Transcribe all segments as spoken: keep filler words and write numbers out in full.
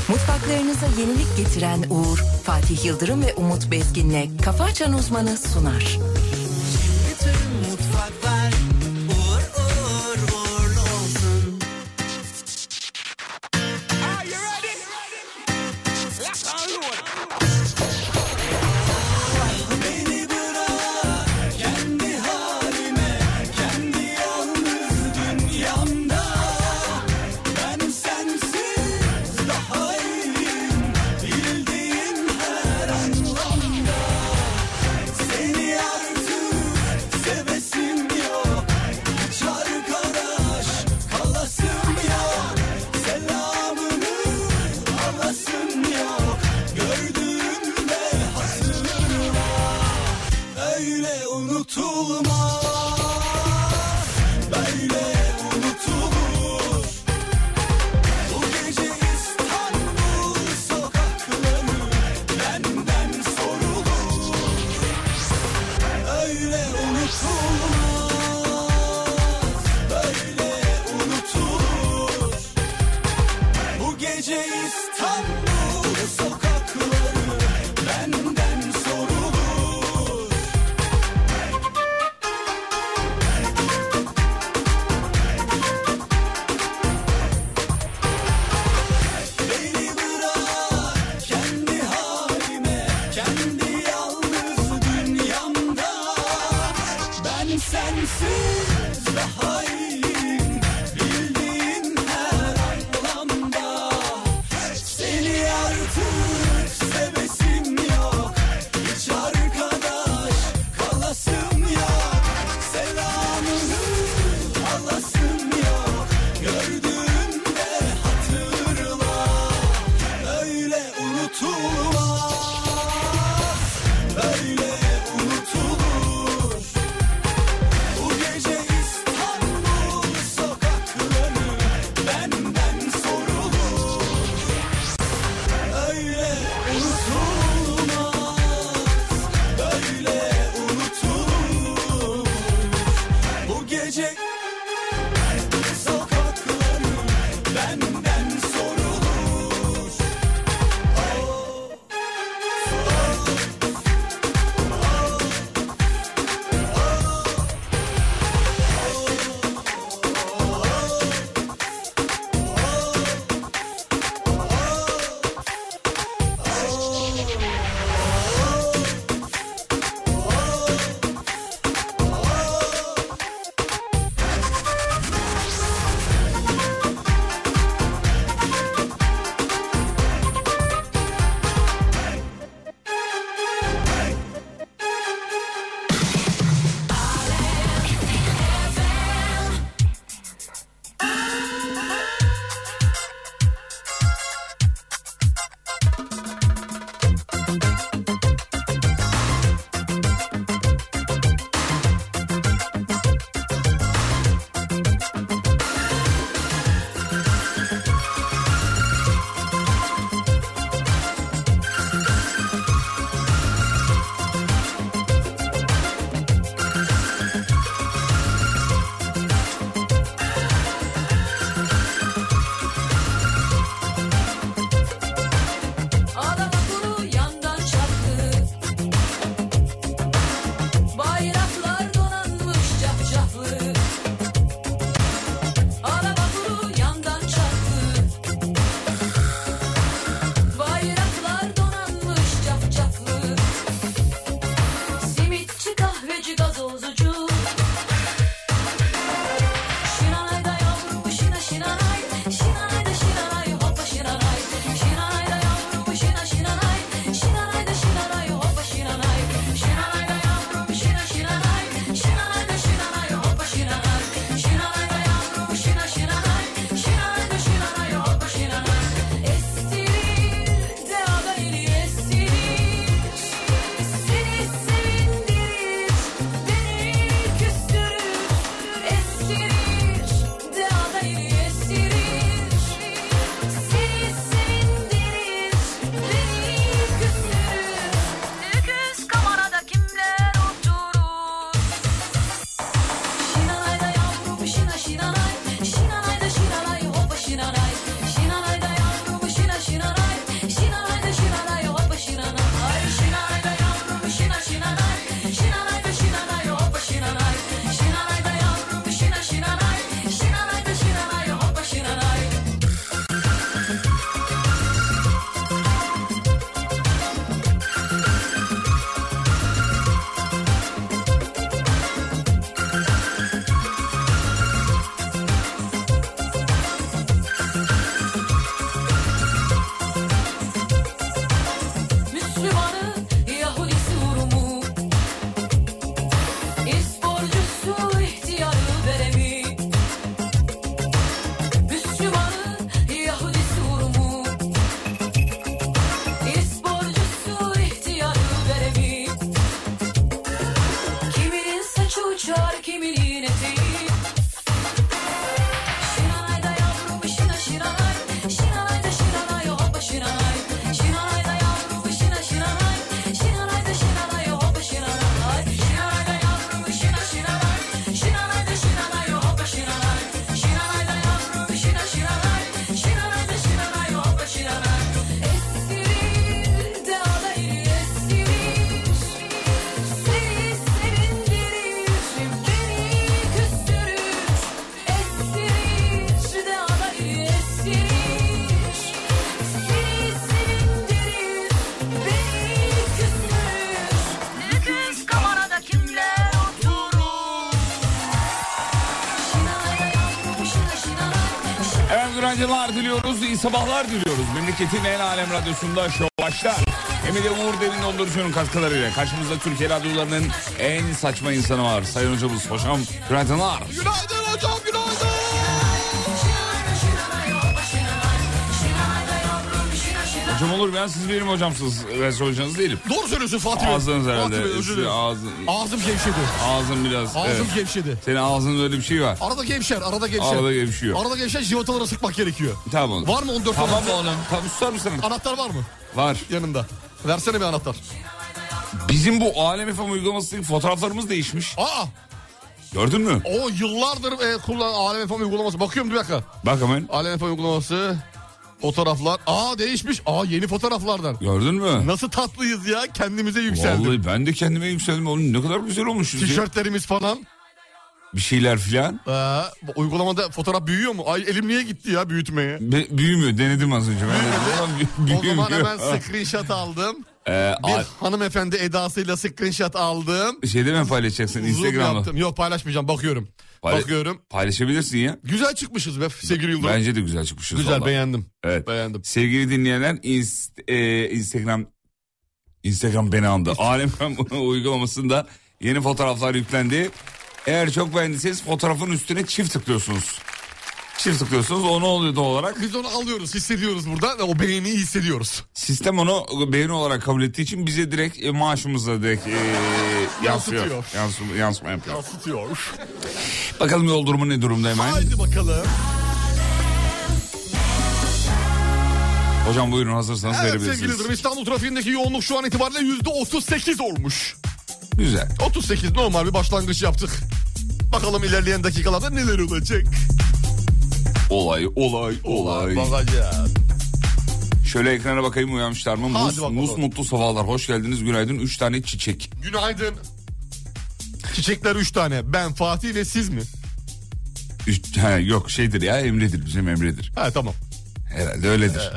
Mutfaklarınıza yenilik getiren Uğur, Fatih Yıldırım ve Umut Bezgin'le Kafa Açan Uzmanı sunar. Bütün mutfaklar uğur uğur uğurlu olsun. Are you ready? Let's go. Beni bırak kendi halime, kendi yalnız dünyamda. Ben sensiz daha iyiyim, bildiğin her anlamda. Seni artık sevesim yok, hiç arkadaş kalasım yok. Selamını alasım yok, gördüğümde hatırla. Öyle unutulmaz, böyle unutulur. Bu gece İstanbul sokakları benden sorulur. Öyle unutulmaz, böyle unutulur. Bu gece İstanbul sokakları benden sorulur. Beni bırak kendi halime, kendi yalnız dünyamda. Ben sensiz daha iyiyim, bildiğin her anlamda. Seni diliyoruz, iyi sabahlar diliyoruz. Memleketin en alem radyosunda şov başlar. Hem de Uğur Derin Dondurucu'nun katkılarıyla karşımızda Türkiye radyolarının en saçma insanı var. Sayın hocamız, hocam günaydınlar. Günaydın hocam, günaydın. Hocam olur ben siz benim hocamsınız. Ben hocanız değilim. Doğru söylüyorsun Fatih Bey. Ağzınız herhalde. Fatih Bey, özür dilerim. Ağzın, Ağzım gevşedi. ağzın biraz. Ağzım evet. gevşedi. Senin ağzında öyle bir şey var. Arada gevşer, arada gevşer. Arada gevşiyor. Arada gevşer, jivotalara sıkmak gerekiyor. Tamam oğlum. Var mı on dört Tamam anahtar? oğlum. Tamam susar mısın? Anahtar var mı? Var. Yanında. Versene bir anahtar. Bizim bu Alem F M uygulamasındaki fotoğraflarımız değişmiş. Aa! Gördün mü? O yıllardır e, kullan Alem F M uygulaması. Bakıyorum bir dakika. Bak hemen. Alem F M uygulaması. Fotoğraflar. Aa değişmiş. Aa yeni fotoğraflardan. Gördün mü? Nasıl tatlıyız ya. Kendimize yükseldik. Vallahi ben de kendime yükseldim. Oğlum ne kadar güzel olmuşuz ya. Tişörtlerimiz falan. Bir şeyler filan. Ee, bu uygulamada fotoğraf büyüyor mu? Ay elim niye gitti ya büyütmeye? Be- büyümüyor. Denedim az önce. Ben dedim, O zaman hemen screenshot aldım. Ee, Bir a- hanımefendi edasıyla screenshot aldım. şeyde mi paylaşacaksın? Zoom Instagram'da. yaptım. Yok paylaşmayacağım, bakıyorum. Payla- Bakıyorum. Paylaşabilirsin ya. Güzel çıkmışız be sevgili Yıldırım. Bence de güzel çıkmışız. Güzel, vallahi. beğendim. Evet. Beğendim. Sevgili dinleyenler inst- e, Instagram Instagram beni andı. Alem uygulamasında yeni fotoğraflar yüklendi. Eğer çok beğendiyseniz fotoğrafın üstüne çift tıklıyorsunuz. Çift tıklıyorsunuz, o ne oluyor doğal olarak? Biz onu alıyoruz, hissediyoruz burada ve o beğeniyi hissediyoruz. Sistem onu beğeni olarak kabul ettiği için bize direkt e, maaşımızla direkt e, yansıyor. Yansıtıyor. Yansıma, yansıma yapıyor. Yansıtıyor. Bakalım yol durumu ne durumda hemen. Haydi bakalım. Hocam buyurun, hazırsanız Evet sevgili verebilirsiniz. Yıldırım, İstanbul trafiğindeki yoğunluk şu an itibariyle yüzde otuz sekiz olmuş. Güzel. otuz sekiz normal bir başlangıç yaptık. Bakalım ilerleyen dakikalarda neler olacak. Olay, olay, olay. Bakacağız. Şöyle ekrana bakayım, uyanmışlar mı? Hadi Muz, bakalım. muz mutlu sabahlar. Hoş geldiniz, günaydın. Üç tane çiçek. Günaydın. Çiçekler üç tane. Ben, Fatih ve siz mi? Üç, he, yok şeydir ya, Emre'dir, bizim Emre'dir. Ha tamam. Herhalde öyledir.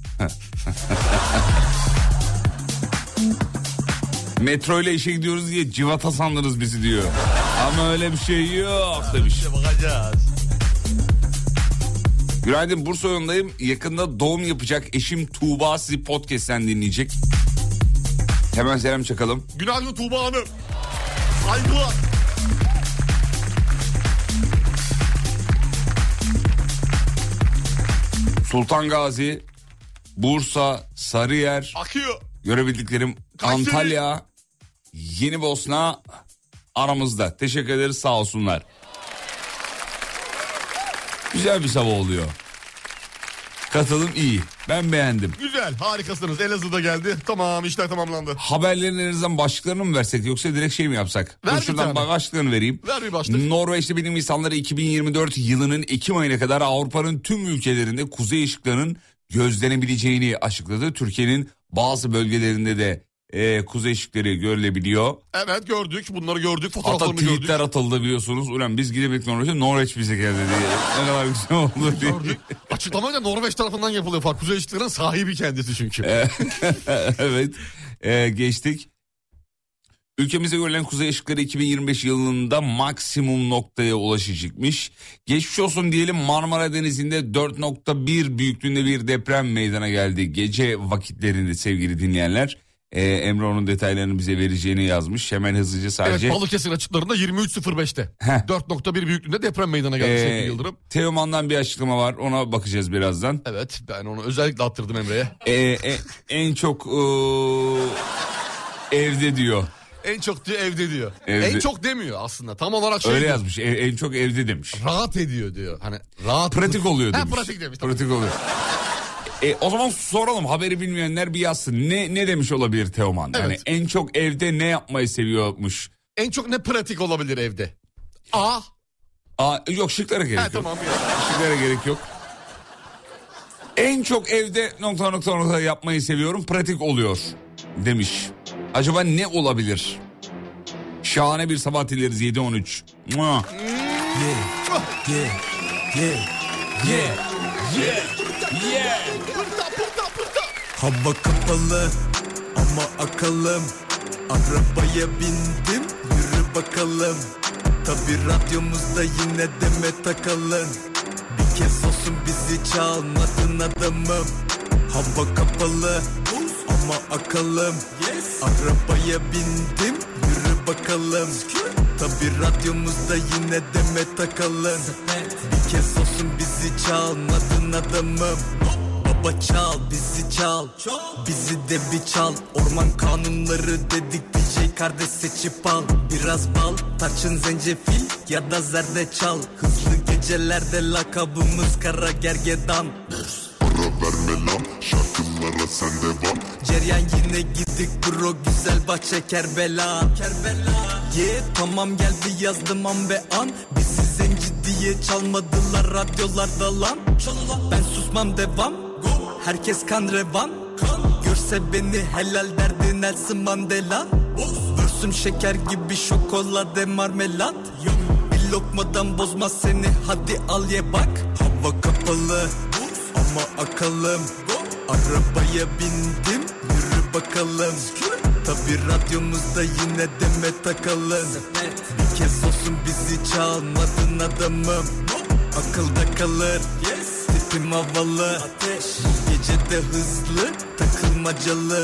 Metro ile işe gidiyoruz diye civata sandınız bizi diyor. Ama öyle bir şey yok demiş. Bakacağız. Günaydın, Bursa yolundayım. Yakında doğum yapacak eşim Tuğba sizi podcast'ten dinleyecek. Hemen selam çakalım. Günaydın Tuğba Hanım. Saygılar. Sultan Gazi, Bursa, Sarıyer, Akıyor. görebildiklerim, Kayseri. Antalya, Yeni Bosna aramızda. Teşekkür ederiz, sağ olsunlar. Güzel bir sabah oluyor. Katılım iyi. Ben beğendim. Güzel, harikasınız. Elazığ'da geldi. Tamam, işler tamamlandı. Haberlerin en azından başlıklarını mı versek yoksa direkt şey mi yapsak? Ver Dur bir şuradan tane. başlıklarını vereyim. Ver bir başlık. Norveçli bilim insanları iki bin yirmi dört yılının Ekim ayına kadar Avrupa'nın tüm ülkelerinde kuzey ışıklarının gözlenebileceğini açıkladı. Türkiye'nin bazı bölgelerinde de e, kuzey ışıkları görülebiliyor. Evet gördük, bunları gördük, Hatta fotoğraflarını gördük. tweetler atıldı biliyorsunuz. Ulan biz gidemedik Norveç'e, Norveç bize geldi diye. Ne kadar güzel oldu diye. Gördük. Açıklamayla Norveç tarafından yapılıyor. Fark kuzey ışıklarının sahibi kendisi çünkü. Evet, e, geçtik. Ülkemizde görülen kuzey ışıkları iki bin yirmi beş yılında maksimum noktaya ulaşacakmış. Geçmiş olsun diyelim, Marmara Denizi'nde dört nokta bir büyüklüğünde bir deprem meydana geldi. Gece vakitlerinde sevgili dinleyenler. Ee, Emre onun detaylarını bize vereceğini yazmış. Hemen hızlıca sadece. Evet, Balıkesir açıklarında yirmi üç sıfır beşte. Heh. dört nokta bir büyüklüğünde deprem meydana geldi Ee, sevgili Yıldırım. Teoman'dan bir açıklama var, ona bakacağız birazdan. Evet, ben onu özellikle attırdım Emre'ye. Ee, e, en çok e, evde diyor. En çok diyor evde diyor. Evde. En çok demiyor aslında. Tam olarak şey Öyle diyor. yazmış. E- en çok evde demiş. Rahat ediyor diyor. Hani rahat. Pratik oluyor Ha, demiş. pratik demiş. Tamam. Pratik oluyor. E, o zaman soralım, haberi bilmeyenler bir yazsın. Ne ne demiş olabilir Teoman? Evet. Yani en çok evde ne yapmayı seviyormuş? En çok ne pratik olabilir evde? A. Aa, yok, şıklara gerek Ha, yok. tamam ya. Şıklara gerek yok. En çok evde nokta nokta nokta yapmayı seviyorum, pratik oluyor demiş. Acaba ne olabilir? Şahane bir sabah dileriz. Yedi on üç. Mua. Yeah, yeah, yeah, yeah, yeah, yeah. Pırta pırta pırta. Hava kapalı ama akalım. Arabaya bindim, yürü bakalım. Tabi radyomuzda yine Demet Akalın. Bir kez olsun bizi çalmadın adamım. Hava kapalı ama akalım. Arabaya bindim, yürü bakalım. Tabi radyomuzda yine deme takalım. Bir kez olsun bizi çalmadın adamım. Baba çal, bizi çal, bizi de bir çal. Orman kanunları dedik, D J kardeş seçip al. Biraz bal, tarçın, zencefil ya da zerdeçal. Hızlı gecelerde lakabımız kara gergedan. Ara verme lan, şarkılara sen devam. Ceryan yine gidik bro, güzel bahçe Kerbela. Kerbela. Yeah, tamam geldi yazdım an be an. Bizi zenci diye çalmadılar radyolarda lan. Ben susmam devam. Herkes kan revan. Görse beni helal derdi Nelson Mandela. Görsüm şeker gibi şokolade marmelat. Bir lokmadan bozmaz seni, hadi al ye bak. Hava kapalı ama akalım. Arabaya bindim, yürü bakalım. Tabi radyomuzda yine deme takalım. Bir kez olsun bizi çalmadın adamım. Akılda kalır, tipim havalı. Bu gece de hızlı, takılmacalı.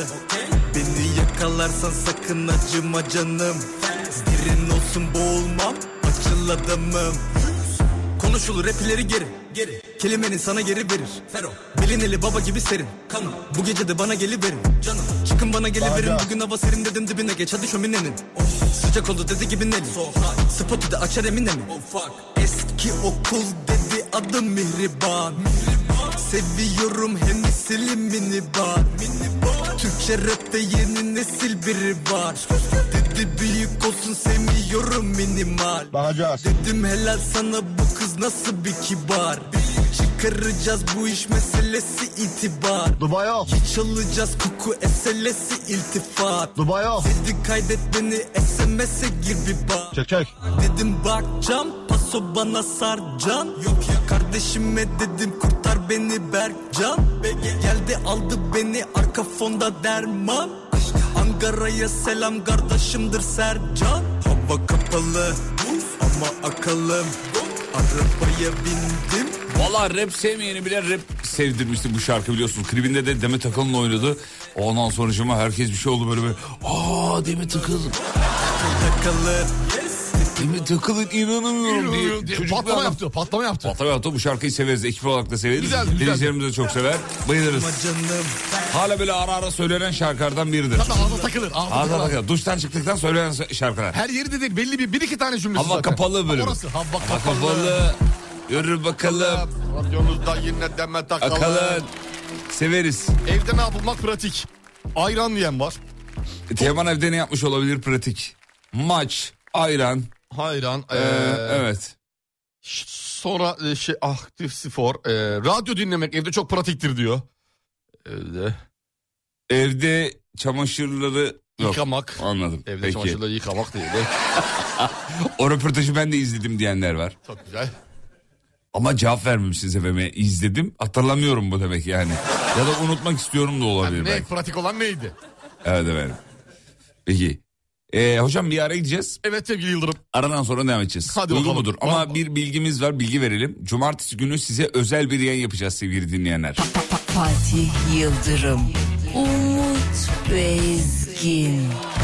Beni yakalarsan sakın acıma canım. Derin olsun boğulmam, açıl adamım. Konuşulur rap ileri geri, geri. Kelimenin sana geri verir. Fero. Bilineli baba gibi serin. Kanım. Bu gece de bana geliverin. Canım. Çıkın bana geliverin. Bugün hava serin dedim dibine geç hadi şöminenin. Oh. Sıcak oldu dedi gibi Nelly. So Spotu da açar Emine mi? Oh, fuck. Eski okul dedi adım Mihriban. Mihriban. Seviyorum hem silim minibar. Minibar. Türkçe rapte yeni nesil biri var. Dedi büyük olsun sevmiyorum minimal. Bakacağız. Dedim helal sana bu kız nasıl bir kibar. Çıkaracağız bu iş meselesi itibar. Dubai off. Hiç alacağız koku eselesi iltifat. Dubai off. Dedi kaydet beni S M S'e gir bir bak. Çek çek. Dedim bakcam paso bana sarcan. Yok ya kardeşime dedim kurtar beni Berkcan. Geldi aldı beni arka fonda derman. Ankara'ya selam kardeşimdir Sercan. Hava kapalı ama akalım. Arabaya bindim. Valla rap sevmeyeni bile rap sevdirmişti bu şarkı biliyorsunuz. Klibinde de Demet Akalın oynadı. Ondan sonra şimdi herkes bir şey oldu böyle böyle. Aa Demet Akalın. Akalın. Demet Akalın inanamıyorum diye. diye. Patlama yaptı, patlama yaptı. Patlama yaptı. Bu şarkıyı severiz. Ekip olarak da severiz. Güzel, güzel. Dinleyicilerimiz de çok sever. Bayılırız. Canım. Hala böyle ara ara söylenen şarkılardan biridir. Tabii ağza takılır. Ağza Ağza takılır. takılır. Duştan çıktıktan söylenen şarkılar. Her yeri de değil, belli bir, bir iki tane cümlesi Hava zaten. kapalı bölüm. Orası hava Hava kapalı. kapalı. Yürü bakalım. Radyonuzda yine deme takalım. Akalın. Severiz. Evde ne yapılmak pratik. Ayran diyen var. Teoman evde ne yapmış olabilir pratik? Maç, ayran. Hayran. Ee, Ee, evet. Sonra e, şey aktif spor. Ee, radyo dinlemek evde çok pratiktir diyor. Evde. Evde çamaşırları yok. Yıkamak. Anladım. Evde Peki. çamaşırları yıkamak değil. de. O röportajı ben de izledim diyenler var. Çok güzel. Ama cevap vermemişsiniz efendim. İzledim. Hatırlamıyorum bu demek yani. Ya da unutmak istiyorum da olabilir Yani ne belki. pratik olan neydi? Evet efendim. Peki. Ee, hocam bir ara gideceğiz. Evet sevgili Yıldırım. Aradan sonra devam edeceğiz. Hadi Uygun bakalım. mudur? Ama Var- bir bilgimiz var, bilgi verelim. Cumartesi günü size özel bir yayın yapacağız sevgili dinleyenler. Fatih Yıldırım, Umut Bezgin.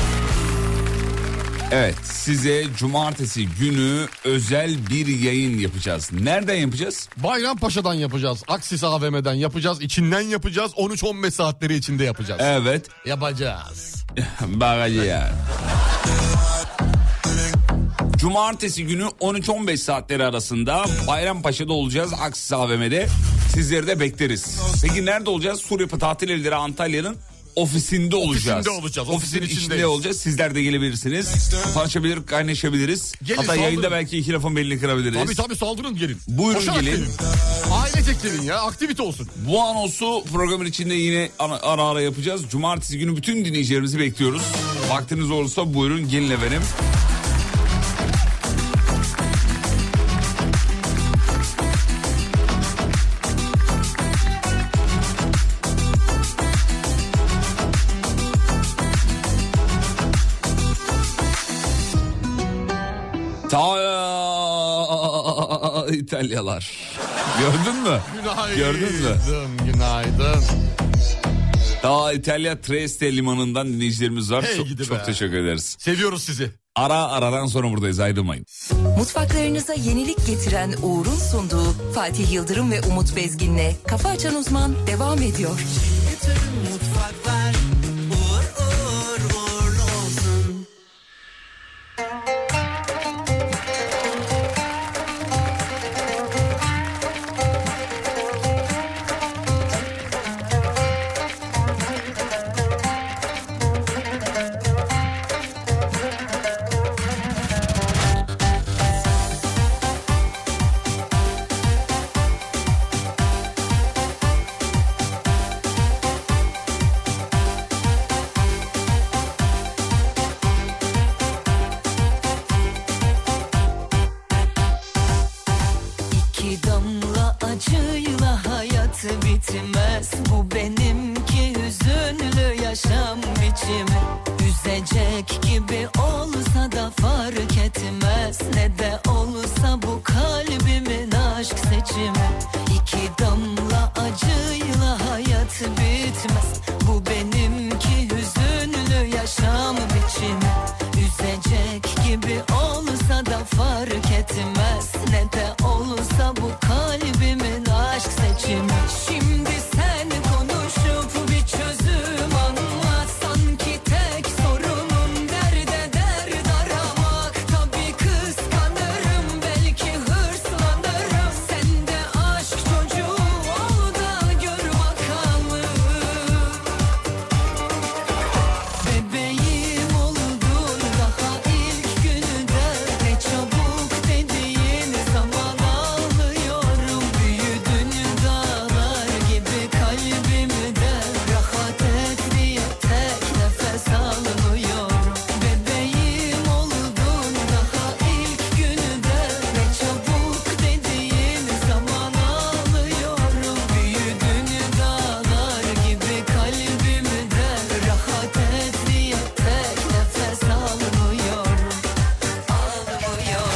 Evet, size cumartesi günü özel bir yayın yapacağız. Nereden yapacağız? Bayrampaşa'dan yapacağız. Aksis A V M'den yapacağız. İçinden yapacağız. on üç on beş saatleri içinde yapacağız. Evet. Yapacağız. Bagajı yani. Cumartesi günü on üç on beş saatleri arasında Bayrampaşa'da olacağız. Aksis A V M'de. Sizleri de bekleriz. Peki nerede olacağız? Suryapı Tatil Evleri Antalya'nın ofisinde olacağız. Ofisinde olacağız. Ofisin Ofisin içinde içindeyiz. olacağız. Sizler de gelebilirsiniz. Tanışabilir, kaynaşabiliriz. Gelin, Hatta saldırın. yayında belki iki lafın belini kırabiliriz. Tabii tabii saldırın gelin. Buyurun Koşarak gelin. Ailecek gelin ya, aktivite olsun. Bu anonsu programın içinde yine ara ara, ara yapacağız. Cumartesi günü bütün dinleyicilerimizi bekliyoruz. Vaktiniz olursa buyurun gelin efendim. Ta İtalyalar. Gördün mü? Günaydın. Gördün mü? Günaydın. Daha İtalya Trieste limanından dinleyicilerimiz var. Hey çok gidi çok be. teşekkür ederiz. Seviyoruz sizi. Ara aradan sonra buradayız, ayrılmayın. Mutfaklarınıza yenilik getiren Uğur'un sunduğu Fatih Yıldırım ve Umut Bezgin'le Kafa Açan Uzman devam ediyor. Mutfaklar uğur uğur uğurlu olsun. İki damla acıyla hayat bitmez. Bu benimki hüzünlü yaşam biçimi. Üzecek gibi olsa da fark etmez. Ne de olsa bu kalbimin aşk seçimi. İki damla acıyla hayat bitmez. Bu benimki hüzünlü yaşam biçimi. Üzecek gibi olsa da fark etmez. Ne de olsa bu kalbimin aşk seçimi. Şimdi sen konuşup bir çözüm anlat. Sanki tek sorunun derde dert aramak. Tabii kıskanırım, belki hırslanırım. Sen de aşk çocuğu ol da gör bakalım. Bebeğim oldun daha ilk günde. Ne çabuk dediğin zaman ağlıyorum. Büyüdün dağlar gibi kalbimde. Rahat et diye tek nefes almıyorum. Bebeğim oldun daha ilk günde. Ne çabuk dediğin zaman ağlıyorum. Büyüdün dağlar gibi kalbimde. Rahat et diye tek nefes almıyorum. Almıyorum.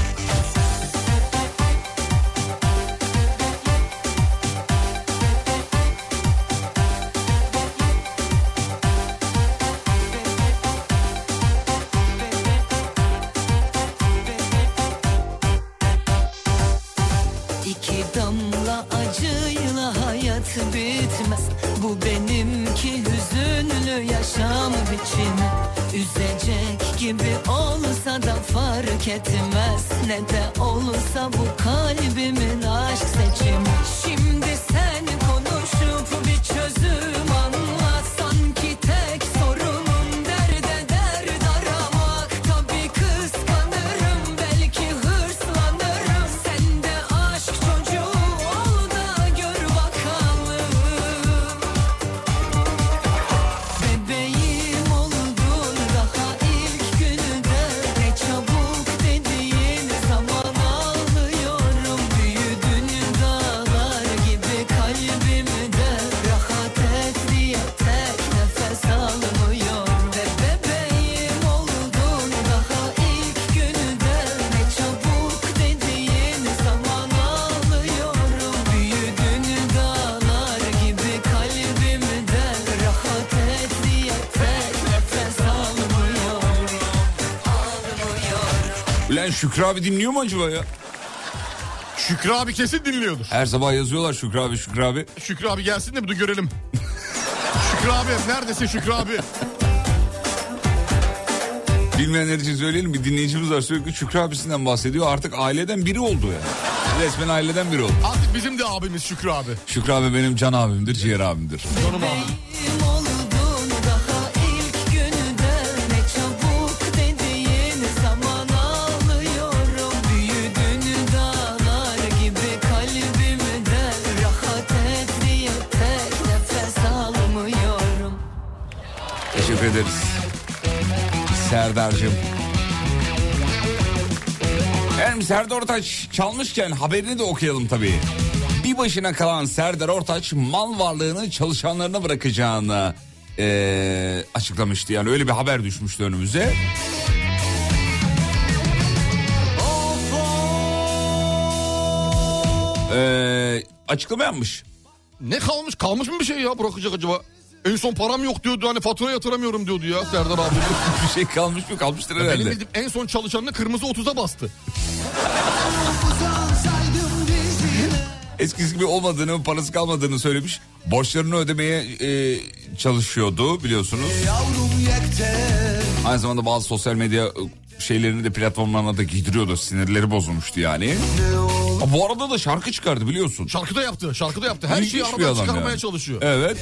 İki damla acıyla hayat bitmez. Bu benimki hüzünlü yaşam biçimi. Üzecek gibi olsa da fark etmez. Ne de olsa bu kalbimin aşk seçimi. Şimdi sen konuşup bir çözüm anlat. Sanki tek sorunun derde dert aramak. Tabii kıskanırım, belki hırslanırım. Sen de aşk çocuğu ol da gör bakalım. Bebeğim oldun daha ilk günde. Ne çabuk dediğin zaman ağlıyorum. Büyüdün dağlar gibi kalbimde. Rahat et diye tek nefes almıyorum. Ve bebeğim oldun daha ilk günde. Ne çabuk dediğin zaman ağlıyorum. Büyüdün dağlar gibi kalbimde. Rahat et diye tek nefes almıyorum. Almıyorum. Ulan Şükrü abi dinliyor mu acaba ya? Şükrü abi kesin dinliyordur. Her sabah yazıyorlar Şükrü abi, Şükrü abi. Şükrü abi gelsin de bir görelim. Şükrü abi neredesin Şükrü abi? Bilmeyenler için söyleyelim, bir dinleyicimiz var, sürekli Şükrü abisinden bahsediyor. Artık aileden biri oldu yani. Resmen aileden biri oldu. Artık bizim de abimiz Şükrü abi. Şükrü abi benim can abimdir, ciğer abimdir. Canım abi. Bebeğim oldun daha ilk günde. Ne çabuk dediğin zaman ağlıyorum. Büyüdün dağlar gibi kalbimde. Rahat et diye tek nefes almıyorum. Teşekkür ederiz Serdar'cığım. Hem Serdar Ortaç çalmışken haberini de okuyalım tabii. Bir başına kalan Serdar Ortaç mal varlığını çalışanlarına bırakacağını ee, açıklamıştı. Yani öyle bir haber düşmüştü önümüze. Ee, açıklama yapmış. Ne kalmış? Kalmış mı bir şey ya bırakacak acaba? En son param yok diyordu, hani fatura yatıramıyorum diyordu ya Serdar abi. Bir şey kalmış mı? Kalmıştır herhalde. Benim bildiğim en son çalışanını kırmızı otuza bastı. Eskisi gibi olmadığını, parası kalmadığını söylemiş. Borçlarını ödemeye e, çalışıyordu biliyorsunuz. Aynı zamanda bazı sosyal medya şeylerini de platformlarına da giydiriyordu. Sinirleri bozulmuştu yani. Ha, bu arada da şarkı çıkardı biliyorsun. Şarkı da yaptı, şarkı da yaptı. Her İlginç şeyi bir aradan adam çıkarmaya yani. çalışıyor. Evet.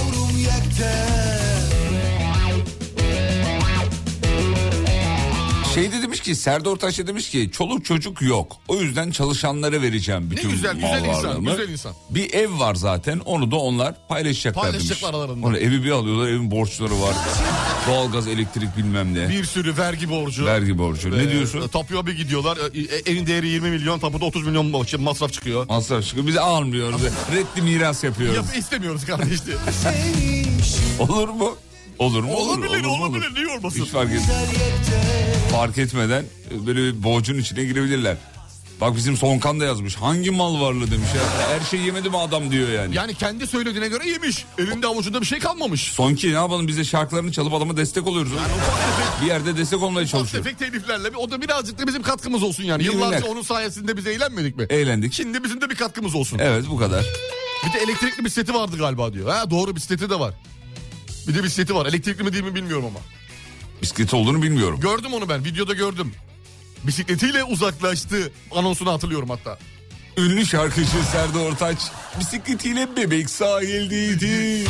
Şey de demiş ki, Serdar Ortaç da demiş ki çoluk çocuk yok. O yüzden çalışanlara vereceğim bütün Ne güzel, mal güzel insan, varlığımı. güzel insan. Bir ev var zaten, onu da onlar paylaşacaklar, Paylaşacaklar demiş. aralarında. Onu evi bir alıyorlar, evin borçları var. Doğalgaz, elektrik bilmem ne. Bir sürü vergi borcu. Vergi borcu. Ne diyorsun? Tapuya bir gidiyorlar. E, evin değeri yirmi milyon, tapuda otuz milyon masraf çıkıyor. Masraf çıkıyor. Bizi almıyoruz. Reddi miras yapıyoruz. Yap istemiyoruz kardeşim. Olur mu? Olur mu? Olabilir, olur mu? olabilir. Niye olmasın? Hiç fark, et fark etmeden böyle bir borcun içine girebilirler. Bak bizim Sonkan da yazmış. Hangi mal varlığı demiş ya. Her şey yemedi mi adam diyor yani. Yani kendi söylediğine göre yemiş. Elinde avucunda bir şey kalmamış. Sonki ne yapalım, biz de şarkılarını çalıp adama destek oluyoruz. Yani ufak tefek, Bir yerde destek olmaya ufak çalışıyor. tefek teliflerle o da birazcık da bizim katkımız olsun yani. Bilgiler. Yıllarca onun sayesinde biz eğlenmedik mi? Eğlendik. Şimdi bizim de bir katkımız olsun. Evet, bu kadar. Bir de elektrikli bisikleti vardı galiba diyor. Ha doğru, bisikleti de var. Bir de bisikleti var. Elektrikli mi değil mi bilmiyorum ama. Bisikleti olduğunu bilmiyorum. Gördüm onu ben, videoda gördüm. Bisikletiyle uzaklaştı anonsunu hatırlıyorum hatta. Ünlü şarkıcı Serdar Ortaç bisikletiyle Bebek sahildeydi.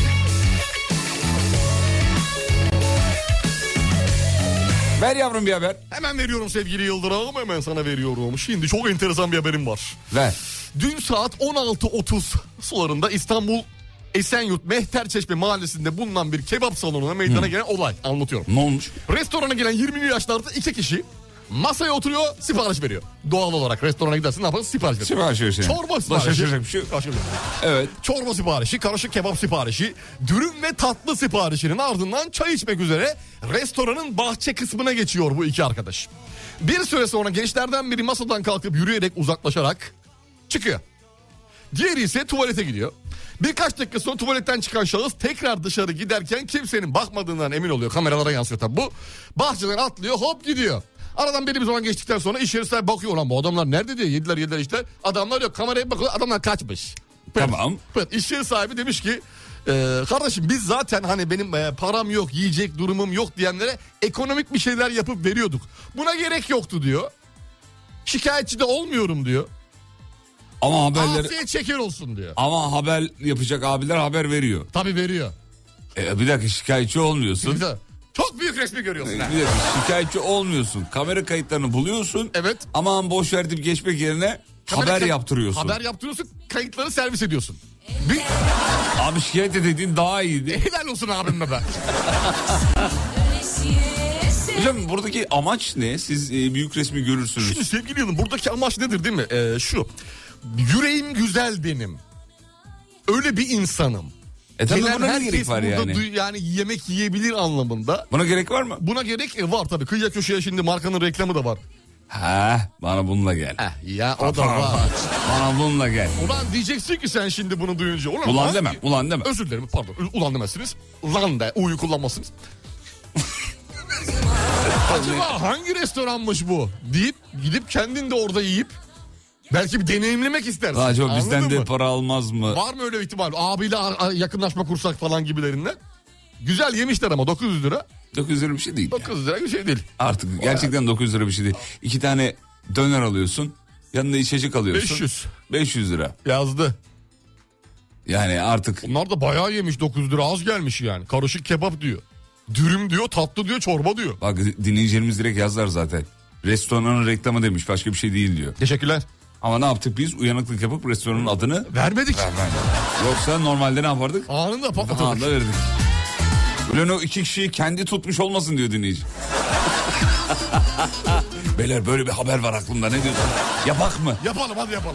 Ver yavrum bir haber. Hemen veriyorum sevgili Yıldırım, hemen sana veriyorum. Şimdi çok enteresan bir haberim var. Ver. Dün saat on altı otuz sularında İstanbul Esenyurt Mehterçeşme mahallesinde bulunan bir kebap salonuna meydana gelen olay anlatıyorum. Ne olmuş? Restorana gelen yirmili yaşlarda iki kişi masaya oturuyor, sipariş veriyor. Doğal olarak restorana gidersin ne yaparsın? Sipariş veriyor. Sipariş veriyor. Çorba siparişi. Şaşıracak bir şey yok. Şaşıracak. Evet. Çorba siparişi, karışık kebap siparişi, dürüm ve tatlı siparişinin ardından çay içmek üzere restoranın bahçe kısmına geçiyor bu iki arkadaş. Bir süre sonra gençlerden biri masadan kalkıp yürüyerek uzaklaşarak çıkıyor. Diğeri ise tuvalete gidiyor. Birkaç dakika sonra tuvaletten çıkan şahıs tekrar dışarı giderken kimsenin bakmadığından emin oluyor. Kameralara yansıyor tabi bu. Bahçeden atlıyor, hop gidiyor. Aradan belli bir zaman geçtikten sonra iş yerine bakıyor, lan bu adamlar nerede diye, yediler yediler işte. Adamlar yok, kameraya bakıyor, adamlar kaçmış. Tamam. Evet, iş yeri sahibi demiş ki e, kardeşim biz zaten hani benim e, param yok, yiyecek durumum yok diyenlere ekonomik bir şeyler yapıp veriyorduk. Buna gerek yoktu diyor. Şikayetçi de olmuyorum diyor. Ama haberler Afiyet şeker olsun diyor. ama haber yapacak abiler haber veriyor. Tabii veriyor. E, bir dakika, şikayetçi olmuyorsun. Güzel. Çok büyük resmi görüyorsun. Bir ha. dakika, şikayetçi olmuyorsun. Kamera kayıtlarını buluyorsun. Evet. Aman boş ver deyip geçmek yerine Kamera haber kay- yaptırıyorsun. Haber yaptırıyorsun, kayıtları servis ediyorsun. Bir... Abi şikayet dediğin daha iyiydi. Helal olsun abime be. Hocam buradaki amaç ne? Siz e, büyük resmi görürsünüz. Şimdi sevgili Yılın, buradaki amaç nedir değil mi? Ee, şu. Yüreğim güzel benim. Öyle bir insanım. E tabii Gelen buna ne herkes gerek var burada yani? duy- yani yemek yiyebilir anlamında. Buna gerek var mı? Buna gerek e, var tabii. Kıyıya köşeye şimdi markanın reklamı da var. Ha, bana bununla gel. Eh, ya o da var. Bana bununla gel. Ulan diyeceksin ki sen şimdi bunu duyunca. Ulan, Ulan hangi- demem, ulan demem. Özür dilerim, pardon. Ulan demezsiniz. Lan de, u'yu kullanmazsınız. Acaba hangi restoranmış bu deyip gidip kendin de orada yiyip belki bir deneyimlemek istersin. Acaba Anladın bizden de mı? para almaz mı? Var mı öyle ihtimal? Abiyle a- a- yakınlaşma kursak falan gibilerinden. Güzel yemişler ama dokuz yüz lira. dokuz yüz lira bir şey değil. dokuz yüz lira bir şey değil. Artık gerçekten dokuz yüz lira bir şey değil. İki tane döner alıyorsun. Yanında içecek alıyorsun. beş yüz beş yüz lira. yazdı. Yani artık Bunlar da bayağı yemiş, dokuz yüz lira az gelmiş yani. Karışık kebap diyor. Dürüm diyor, tatlı diyor, çorba diyor. bak dinleyicilerimiz direkt yazlar zaten. Restoranın reklamı demiş, başka bir şey değil diyor. Teşekkürler. Ama ne yaptık biz? Uyanıklık yapıp restoranın adını Vermedik. yoksa normalde ne yapardık? Anında patlatırdık. Anında verdik. Ulan o iki kişiyi kendi tutmuş olmasın diyor dinleyici. Beyler böyle bir haber var aklımda, ne diyorsun? Yapak mı? Yapalım, hadi yapalım.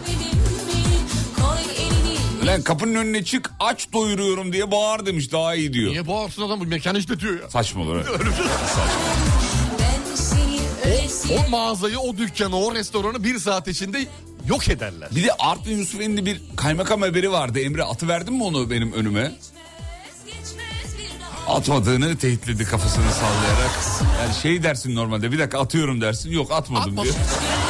Ulan kapının önüne çık, aç doyuruyorum diye bağır demiş, daha iyi diyor. Niye bağırsın adam, bu mekanı işletiyor ya. Saçma olur. Evet. O, o mağazayı, o dükkanı, o restoranı bir saat içinde yok ederler. Bir de Artvin Yusufeli'nde bir kaymakam haberi vardı. Emre atıverdin mi onu benim önüme? Atmadığını tehdit kafasını sallayarak. Yani şey dersin normalde, bir dakika atıyorum dersin. Yok atmadım Atma. diyor.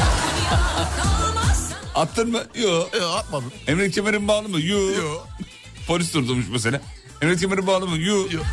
Attın mı? Yok. E, atmadım. Emniyet kemerin bağlı mı? Yok. Yok. Polis durdurmuş mesela. Emniyet kemerin bağlı mı? Yok. Yok.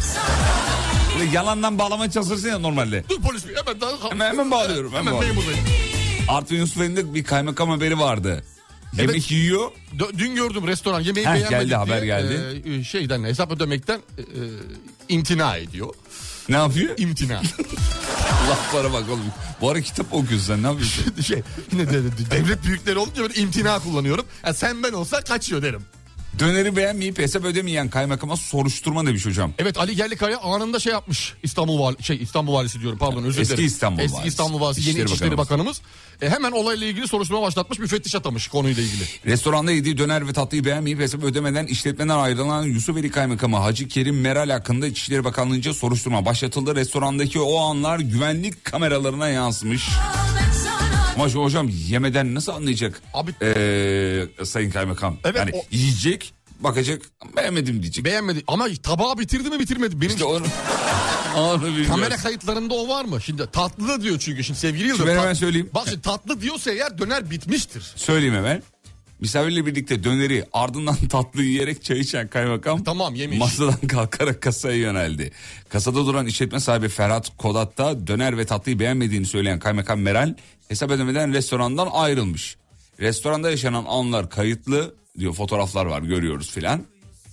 Böyle yalandan bağlamaya çalışırsın ya normalde. Dur polis bey hemen daha... Hemen, hemen bağlıyorum. Hemen, Hemen bağlıyorum. memurdayım. Artvin Yusufeli'nde bir kaymakam haberi vardı. Yemek Evet. yiyor. D- Dün gördüm restoran yemeği Heh, beğenmedik geldi, diye, haber geldi. e, şeyden hesap ödemekten e, e, imtina ediyor. Ne yapıyor? İmtina. Laflara bak oğlum. Bu ara kitap okuyorsun sen, ne yapıyorsun? şey, yine de, de- devlet büyükleri olunca böyle imtina kullanıyorum. Yani sen ben olsa kaçıyor derim. Döneri beğenmeyip hesap ödemeyen kaymakama soruşturma demiş hocam. Evet, Ali Yerlikaya anında şey yapmış. İstanbul Vali, şey İstanbul Valisi diyorum pardon özür Eski dilerim. İstanbul Eski Valisi. İstanbul Valisi, yeni İçişleri İçişleri Bakanımız. Bakanımız. E, hemen olayla ilgili soruşturma başlatmış, müfettiş atamış konuyla ilgili. Restoranda yediği döner ve tatlıyı beğenmeyip hesap ödemeden işletmeden ayrılan Yusufeli Kaymakamı Hacı Kerim Meral hakkında İçişleri Bakanlığı'nca soruşturma başlatıldı. Restorandaki o anlar güvenlik kameralarına yansımış. Ama şu hocam yemeden nasıl anlayacak Abi- ee, Sayın Kaymakam? Evet, Yani o- yiyecek, bakacak, beğenmedim diyecek. Beğenmedi ama tabağı bitirdi mi bitirmedi. Benim İşte onu, onu bilmiyoruz. kamera kayıtlarında o var mı? Şimdi tatlı da diyor çünkü şimdi sevgili Yıldırım. Ben tat- hemen söyleyeyim. Bak şimdi tatlı diyorsa eğer döner bitmiştir. Söyleyeyim hemen. Misafirle birlikte döneri ardından tatlı yiyerek çay içen kaymakam Tamam, yemiş. masadan kalkarak kasaya yöneldi. Kasada duran işletme sahibi Ferhat Kodat'ta döner ve tatlıyı beğenmediğini söyleyen kaymakam Meral hesap ödemeden restorandan ayrılmış. Restoranda yaşanan anlar kayıtlı diyor, fotoğraflar var görüyoruz filan.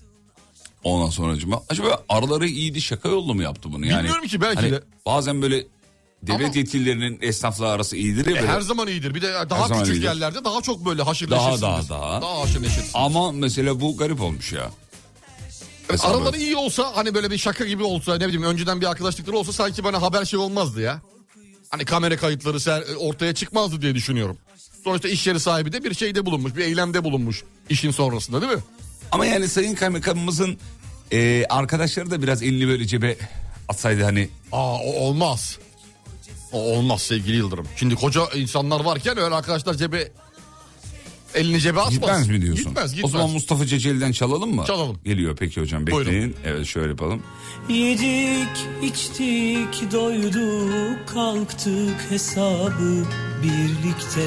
Ondan sonra acaba, acaba araları iyiydi, şaka yollu mu yaptı bunu? Yani, Bilmiyorum ki, belki hani de. Bazen böyle devlet Ama- yetkililerinin esnafla arası iyidir ya. E, böyle. her zaman iyidir. Bir de daha zaman küçük iyidir. yerlerde daha çok böyle haşır Daha, neşirsindir. daha, daha. Daha haşır neşirsin. Ama mesela bu garip olmuş ya. Mesela Araları böyle- iyi olsa, hani böyle bir şaka gibi olsa, ne bileyim önceden bir arkadaşlıkları olsa sanki bana haber şey olmazdı ya. Hani kamera kayıtları ser- ortaya çıkmazdı diye düşünüyorum. Sonuçta iş yeri sahibi de bir şeyde bulunmuş, bir eylemde bulunmuş işin sonrasında, değil mi? Ama yani Sayın Kaymakamımızın e, arkadaşları da biraz elini böyle cebe atsaydı hani. Aa, o olmaz. O olmaz sevgili Yıldırım. Şimdi koca insanlar varken öyle arkadaşlar cebe elini cebe atmaz. Gitmez mi diyorsun? Gitmez, gitmez. O zaman Mustafa Ceceli'den çalalım mı? Çalalım. Geliyor peki hocam, bekleyin. Buyurun. Evet, şöyle yapalım. Yedik, içtik, doyduk, kalktık, hesabı birlikte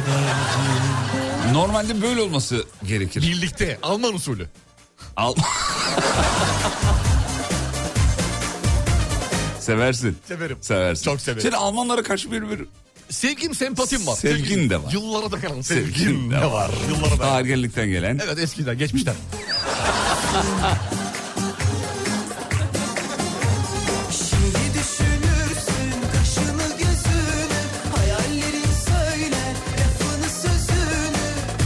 verdik. Normalde böyle olması gerekir. Birlikte Alman usulü. Al. Seversin. Severim. Seversin. Çok severim. Senin Almanlara karşı bir bir Sevgim, sempatim var. Sevgin de var. Yıllara dayanan sevgin sevgim de de var. var. Yıllara dayanan. Daha ergenlikten gelen. Evet, eskiden, geçmişten. Şimdi düşünürsün kaşını gözünü, hayallerin söyler lafını sözünü.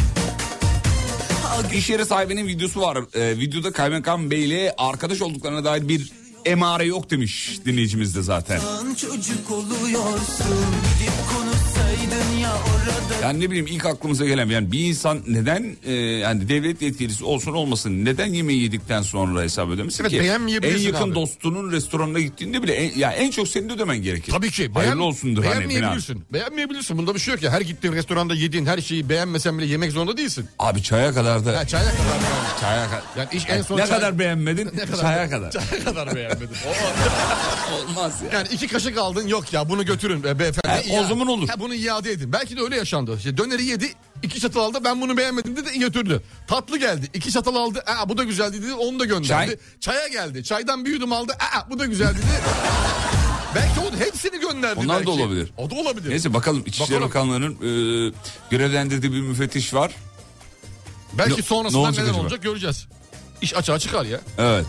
İş yeri sahibinin videosu var. Ee, videoda Kaymakam Bey ile arkadaş olduklarına dair bir emare yok demiş dinleyicimiz de zaten. Sen çocuk oluyorsun, gidip konuşsaydın ya orada. Yani ne bileyim, ilk aklımıza gelen, yani bir insan neden e, yani devlet yetkilisi olsun olmasın neden yemeği yedikten sonra hesap ödemesin Evet, ki? En beğenmeyebilirsin yakın abi. dostunun restoranına gittiğinde bile en, ya en çok senin ödemen gerekir. Tabii ki. Hayırlı olsundur hani beğenmeyebilirsin. falan. Beğenmeyebilirsin. Bunda bir şey yok ya. Her gittiğin restoranda yediğin her şeyi beğenmesen bile yemek zorunda değilsin. Abi çaya kadar da Ha, çaya kadar yani. çaya kadar. Yani iş en son ne çay- kadar beğenmedin? Ne kadar- Çaya kadar. Çaya kadar beğenmedim. Olmaz ya. Yani iki kaşık aldın, yok ya bunu götürün be, beyefendi. Ha, o İa- zaman olur. Ha, bunu iade edin. Belki de öyle yaşandı. İşte döneri yedi, iki çatal aldı, ben bunu beğenmedim dedi, götürdü. Tatlı geldi, iki çatal aldı, aa bu da güzeldi dedi, onu da gönderdi. Çay? Çaya geldi, çaydan bir yudum aldı, aa bu da güzeldi dedi. Belki o hepsini gönderdi. Onlar da belki. olabilir. O da olabilir. Neyse bakalım, İçişleri Bakalım. Bakanlığı'nın e, görevlendirdiği bir müfettiş var. Belki Ne- sonrasında ne olacak neler acaba? olacak göreceğiz. İş açığa çıkar ya. Evet.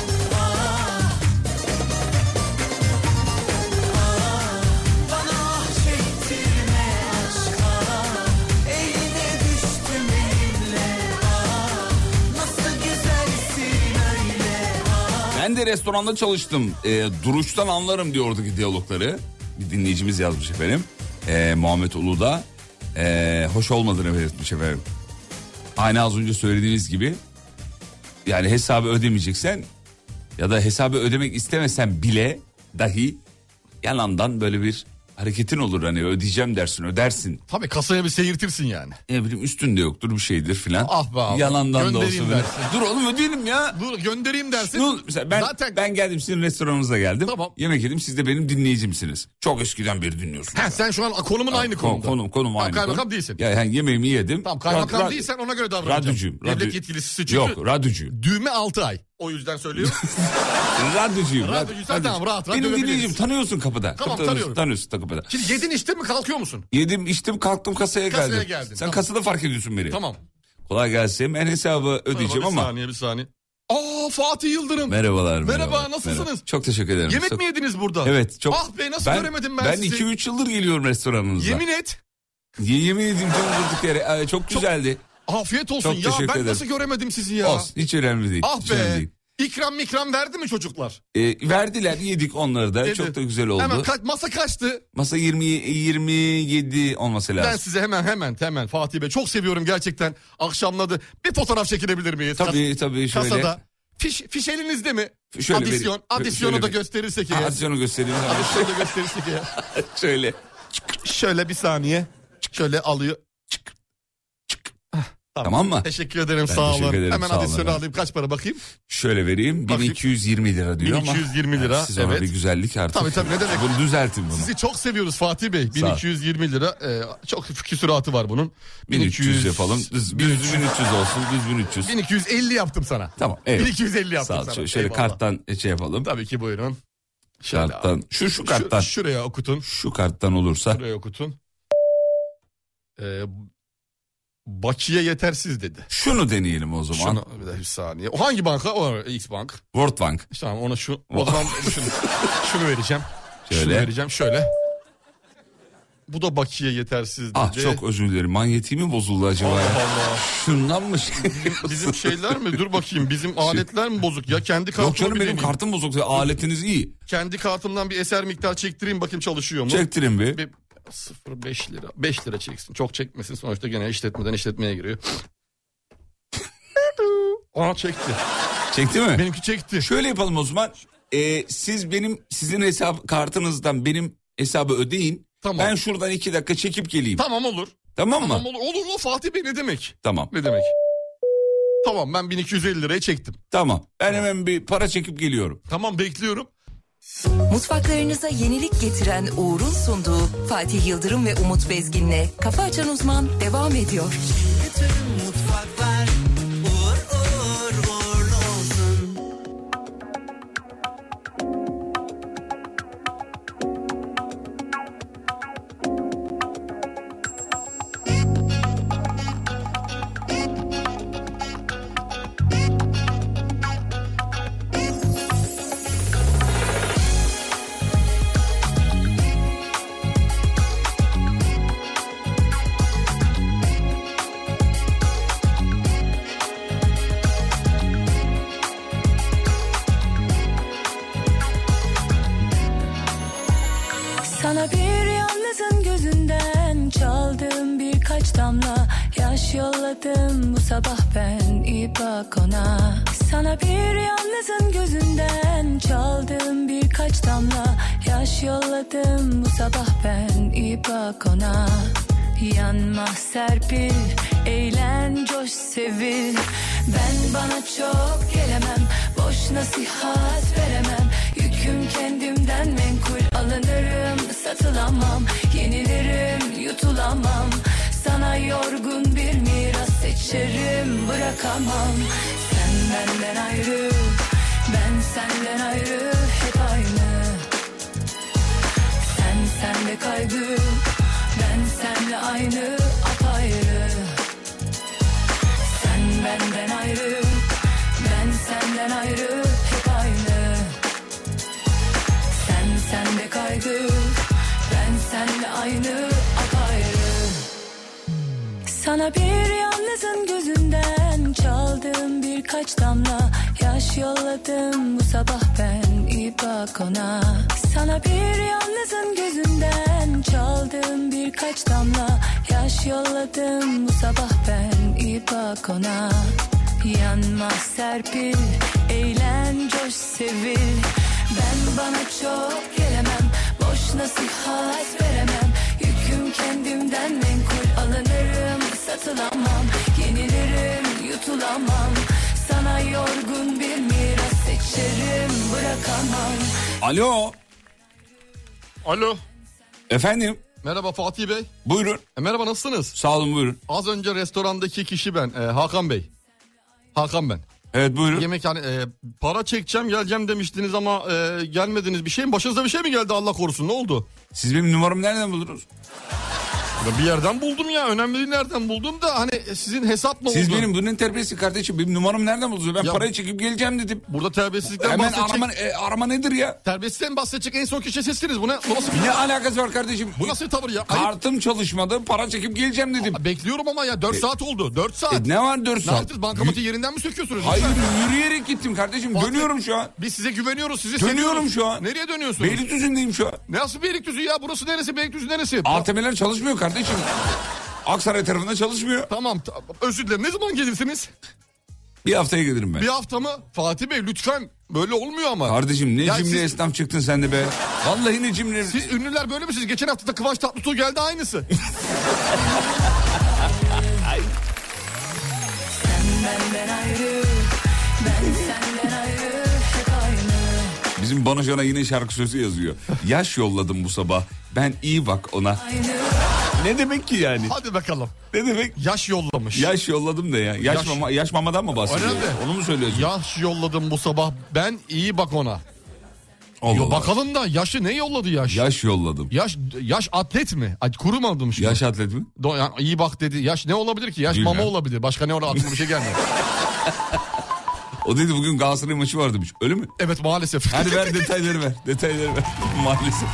Bana çektirme aşka, eline düştüm elimle. Aa, nasıl güzelsin öyle. Ben de restoranda çalıştım. E, duruştan anlarım diyor oradaki diyalogları. Bir dinleyicimiz yazmış efendim. E, Muhammed Ulu'da. E, hoş olmadığını belirtmiş efendim. Aynı az önce söylediğiniz gibi. Yani hesabı ödemeyeceksen ya da hesabı ödemek istemesen bile dahi yalandan böyle bir hareketin olur hani ödeyeceğim dersin ödersin. Tabii kasaya bir seyirtirsin yani. Ne bileyim üstünde yoktur bir şeydir filan. Ah be abi. Yalandan da Göndereyim olsa. dersin. Dur oğlum ödeyelim ya. Dur göndereyim dersin. Dur, mesela ben, Zaten... ben geldim sizin restoranınıza geldim. Tamam. Yemek yedim siz de benim dinleyicimsiniz. Çok eskiden beri dinliyorsunuz. Ha, sen şu an konumun Aa, aynı konumda. Konum, konum aynı. Kaymakam konu. değilsin. Ya yani yemeğimi yedim. Tamam kaymakam Rad- değilsen ona göre davranacağım. Radyocuyum. Devlet Radyo... yetkilisi çünkü. Yok radyocuyum. Düğme altı ay. O yüzden söylüyorum. Radyocuyum. Radyocuysan tamam rahat rahat. Benim dövebiliriz. dinleyicim tanıyorsun kapıda. Tamam, Kapıda tanıyorum. Tanıyorsun kapıda. Şimdi yedin içtin mi kalkıyor musun? Yedim içtim kalktım kasaya, Kasaya geldim. geldin, Sen tamam. kasada fark ediyorsun beni. Tamam. Kolay gelsin ben hesabı ödeyeceğim bir ama. Bir saniye bir saniye. Aa Fatih Yıldırım. Merhabalar. Merhaba, merhaba nasılsınız? Merhaba. Çok teşekkür ederim. Yemek çok... mi yediniz burada? Evet. Çok... Ah be nasıl ben, göremedim ben, ben sizi. Ben iki üç yıldır geliyorum restoranınıza. Yemin et. Ye, yemin edeyim canım durduk yere. Ee, çok güzeldi. Afiyet olsun çok ya ben ederim. nasıl göremedim sizi ya. Olsun hiç önemli değil. Ah hiç be. önemli değil. İkram mikram verdi mi çocuklar? Ee, verdiler yedik onları da. Dedi. Çok da güzel oldu. Hemen kaç, masa kaçtı? Masa yirmi yirmi yedi olması lazım. Ben size hemen hemen hemen Fatih Bey çok seviyorum gerçekten. Akşamladı. Bir fotoğraf çekilebilir miyiz? Tabii Kas- tabii şöyle. Kasada. Fiş, fiş elinizde mi? Şöyle Adisyon. vereyim. Adisyonu Şöyle da ver- gösterirsek Ha, ya. adisyonu göstereyim. Adisyonu da gösterirsek ya. Şöyle. Şöyle bir saniye. Şöyle alıyor. Tamam. tamam mı? Teşekkür ederim Ben sağ teşekkür olun. ederim, Hemen sağ olun. adisyonu alayım. Kaç para bakayım? Şöyle vereyim. bin Bakayım. iki yüz yirmi lira diyor bin iki yüz yirmi ama. lira, Yani siz ona evet. bir güzellik artık. Tabii tabii ne demek. Bunu düzeltin bunu. Sizi çok seviyoruz Fatih Bey. bin iki yüz yirmi lira. E, çok küsuratı var bunun. bin üç yüz yapalım. Düz, bin üç yüz olsun. Düz bin üç yüz. bin iki yüz elli yaptım sana. Tamam. Evet. bin iki yüz elli yaptım Sağ ol. sana. Şöyle, şöyle Eyvallah. karttan şey yapalım. Tabii ki buyurun. Şöyle Karttan. abi. Şu şu karttan. Şu, şuraya okutun. Şu karttan olursa. Şuraya okutun. Ee, bakiye yetersiz dedi. Şunu deneyelim o zaman. Şunu bir, de bir saniye. O hangi banka? O X Bank. World Bank. İşte tamam ona şu. O zaman şunu, şunu vereceğim. Şöyle. Şunu vereceğim şöyle. Bu da bakiye yetersiz dedi. Ah çok özür dilerim. Manyetiği mi bozuldu acaba? Allah ya? Allah. Şundan mı şey? Bizim, bizim şeyler mi? Dur bakayım. Bizim aletler mi bozuk? Ya kendi Yok kartımı canım bir benim deneyeyim. kartım bozuk. Aletiniz iyi. Kendi kartımdan bir eser miktar çektireyim bakayım çalışıyor mu? Çektirin bir. Bir sıfır beş lira. beş lira çeksin. Çok çekmesin. Sonuçta gene işletmeden işletmeye giriyor. Aa çekti. Çekti mi? Benimki çekti. Şöyle yapalım o zaman. Ee, siz benim sizin hesap kartınızdan benim hesabı ödeyin. Tamam. Ben şuradan iki dakika çekip geleyim. Tamam olur. Tamam mı? Tamam olur. Olur o Fatih Bey ne demek? Tamam. Ne demek? Tamam ben bin iki yüz elli liraya çektim. Tamam. Ben hemen bir para çekip geliyorum. Tamam bekliyorum. Mutfaklarınıza yenilik getiren Uğur'un sunduğu Fatih Yıldırım ve Umut Bezgin'le Kafa Açan Uzman devam ediyor. Bütün mutfaklar uğur uğur uğurlu olsun. Sana bir yalnızın gözünden çaldım birkaç damla yaş yolladım bu sabah ben iyi bak ona. Sana bir yalnızın gözünden çaldım birkaç damla yaş yolladım bu sabah ben iyi bak ona. Yanma serpil, eğlen coş sevil. Ben bana çok gelemem, boş nasihat veremem. Yüküm kendimden menkul, alınırım satılamam. Yenilirim yutulamam, sana yorgun bir miras seçerim bırakamam. Sen benden ayrı, ben senden ayrı, hep aynı. Sen sende kaygı, ben senle aynı, apayrı. Sen benden ayrı, ben senden ayrı, hep aynı. Sen sende kaygı, ben senle aynı, apayrı. Sana bir yalnızın gözünden çaldım birkaç damla yaş yolladım bu sabah ben iyi bak ona. Sana bir yalnızın gözünden çaldım birkaç damla yaş yolladım bu sabah ben iyi bak ona. Yanma serpil, eğlen coş sevil. Ben bana çok gelemem, boş nasihat veremem. kurtulamam. Sana yorgun bir miras seçerim, bırakamam. Alo. Alo. Efendim. Merhaba Fatih Bey. Buyurun. E, merhaba, nasılsınız? Sağ olun, buyurun. Az önce restorandaki kişi ben. E, Hakan Bey. Hakan ben. Evet, buyurun. Yemekhane e, para çekeceğim geleceğim demiştiniz ama e, gelmediniz. Bir şey mi? Başınıza bir şey mi geldi, Allah korusun, ne oldu? Siz benim numaramı nereden buldunuz? Bir yerden buldum ya, önemli değil nereden buldum da hani sizin hesap ne oldu? Siz benim bunun terbiyesi kardeşim, benim numaramı nereden buldunuz? Ben Ya, parayı çekip geleceğim dedim. Burada terbiyesizlikten Hemen bahsedecek. arama, e, arama nedir ya? Terbiyesizlikten bahsedecek en son kişi sizsiniz. Bu ne? Bu nasıl bir... Ne alakası var kardeşim? Bu nasıl bir tavır ya? Ayıp. Kartım çalışmadı, para çekip geleceğim dedim. Bekliyorum ama ya dört saat oldu. dört saat. E, ne var dört Ne saat? yaptınız? Bankamatiği yerinden mi söküyorsunuz? Hayır, Lütfen. yürüyerek gittim kardeşim. Fatih, Dönüyorum şu an. Biz size güveniyoruz. Sizi Dönüyorum seviyoruz. şu an. Nereye dönüyorsunuz? Beylikdüzü'ndeyim şu an. Nasıl Beylikdüzü ya? Burası neresi? Beylikdüzü neresi? A T M'ler çalışmıyor kardeşim. Aksaray tarafında çalışmıyor. Tamam, ta- özür dilerim. Ne zaman gelirsiniz? Bir haftaya gelirim ben. Bir hafta mı? Fatih Bey lütfen, böyle olmuyor ama. Kardeşim ne Ya cimri siz- esnaf çıktın sen de be. Vallahi ne cimri. Siz ünlüler böyle misiniz? Geçen hafta da Kıvanç Tatlıtuğ geldi, aynısı. Benden ayrı, ben senden ayrı, hep aynı. Bizim Bana yine şarkı sözü yazıyor. Yaş yolladım bu sabah. Ben iyi bak ona. Ne demek ki yani? Hadi bakalım. Ne demek? Yaş yollamış. Yaş yolladım da ya. Yaş, Yaş- mama, yaş mamadan mı bahsediyor? Öyle mi? Onu mu söylüyorsun? Yaş yolladım bu sabah. Ben iyi bak ona. Allah Yo, Allah. bakalım da yaşı ne yolladı yaş? Yaş yolladım. Yaş yaş atlet mi? Ay, kuru mu almış? Yaş atlet mi? Do, yani iyi bak dedi. Yaş ne olabilir ki? Yaş Bilmem. mama olabilir. Başka ne, orada aklıma bir şey gelmiyor. O dedi bugün Galatasaray maçı var demiş. Öyle mi? Evet, maalesef. Hadi ver detayları ver. Detayları ver. Maalesef.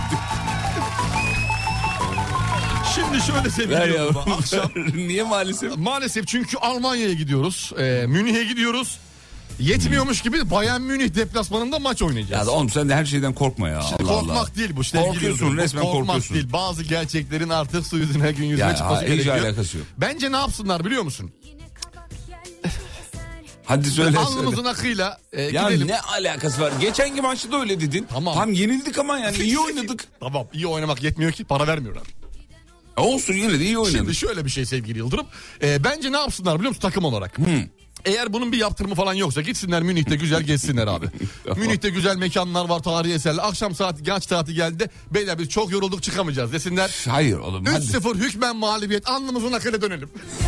Şimdi şöyle sevgili Ver yavrum, yavrum. akşam Niye maalesef? maalesef çünkü Almanya'ya gidiyoruz. Ee, Münih'e gidiyoruz. Yetmiyormuş gibi Bayern Münih deplasmanında maç oynayacağız. Ya oğlum sen de her şeyden korkma ya. Şimdi Allah korkmak Allah. değil bu. sevgili Korkuyorsun, Yıldırım. Bu resmen korkmak korkuyorsun. değil. Bazı gerçeklerin artık su yüzüne, gün yüzüne Ya, çıkması ha, hiç gerekiyor. alakası yok. Bence ne yapsınlar biliyor musun? Hadi söyle söyle. Alnımızın akıyla e, Ya gidelim. ne alakası var? Geçenki maçta da öyle dedin. Tamam. Tam yenildik ama yani iyi oynadık. Tamam, iyi oynamak yetmiyor ki, para vermiyorlar. E olsun, yine de iyi oynadık. Şimdi şöyle bir şey sevgili Yıldırım. Ee, bence ne yapsınlar biliyor musun takım olarak? Hmm. Eğer bunun bir yaptırımı falan yoksa gitsinler Münih'te güzel gezsinler abi. Münih'te güzel mekanlar var, tarihi eserler. Akşam saati, genç saati geldi. Beyler biz çok yorulduk, çıkamayacağız desinler. Hayır oğlum üç hadi. sıfır hükmen mağlubiyet, alnımızın akıyla dönelim.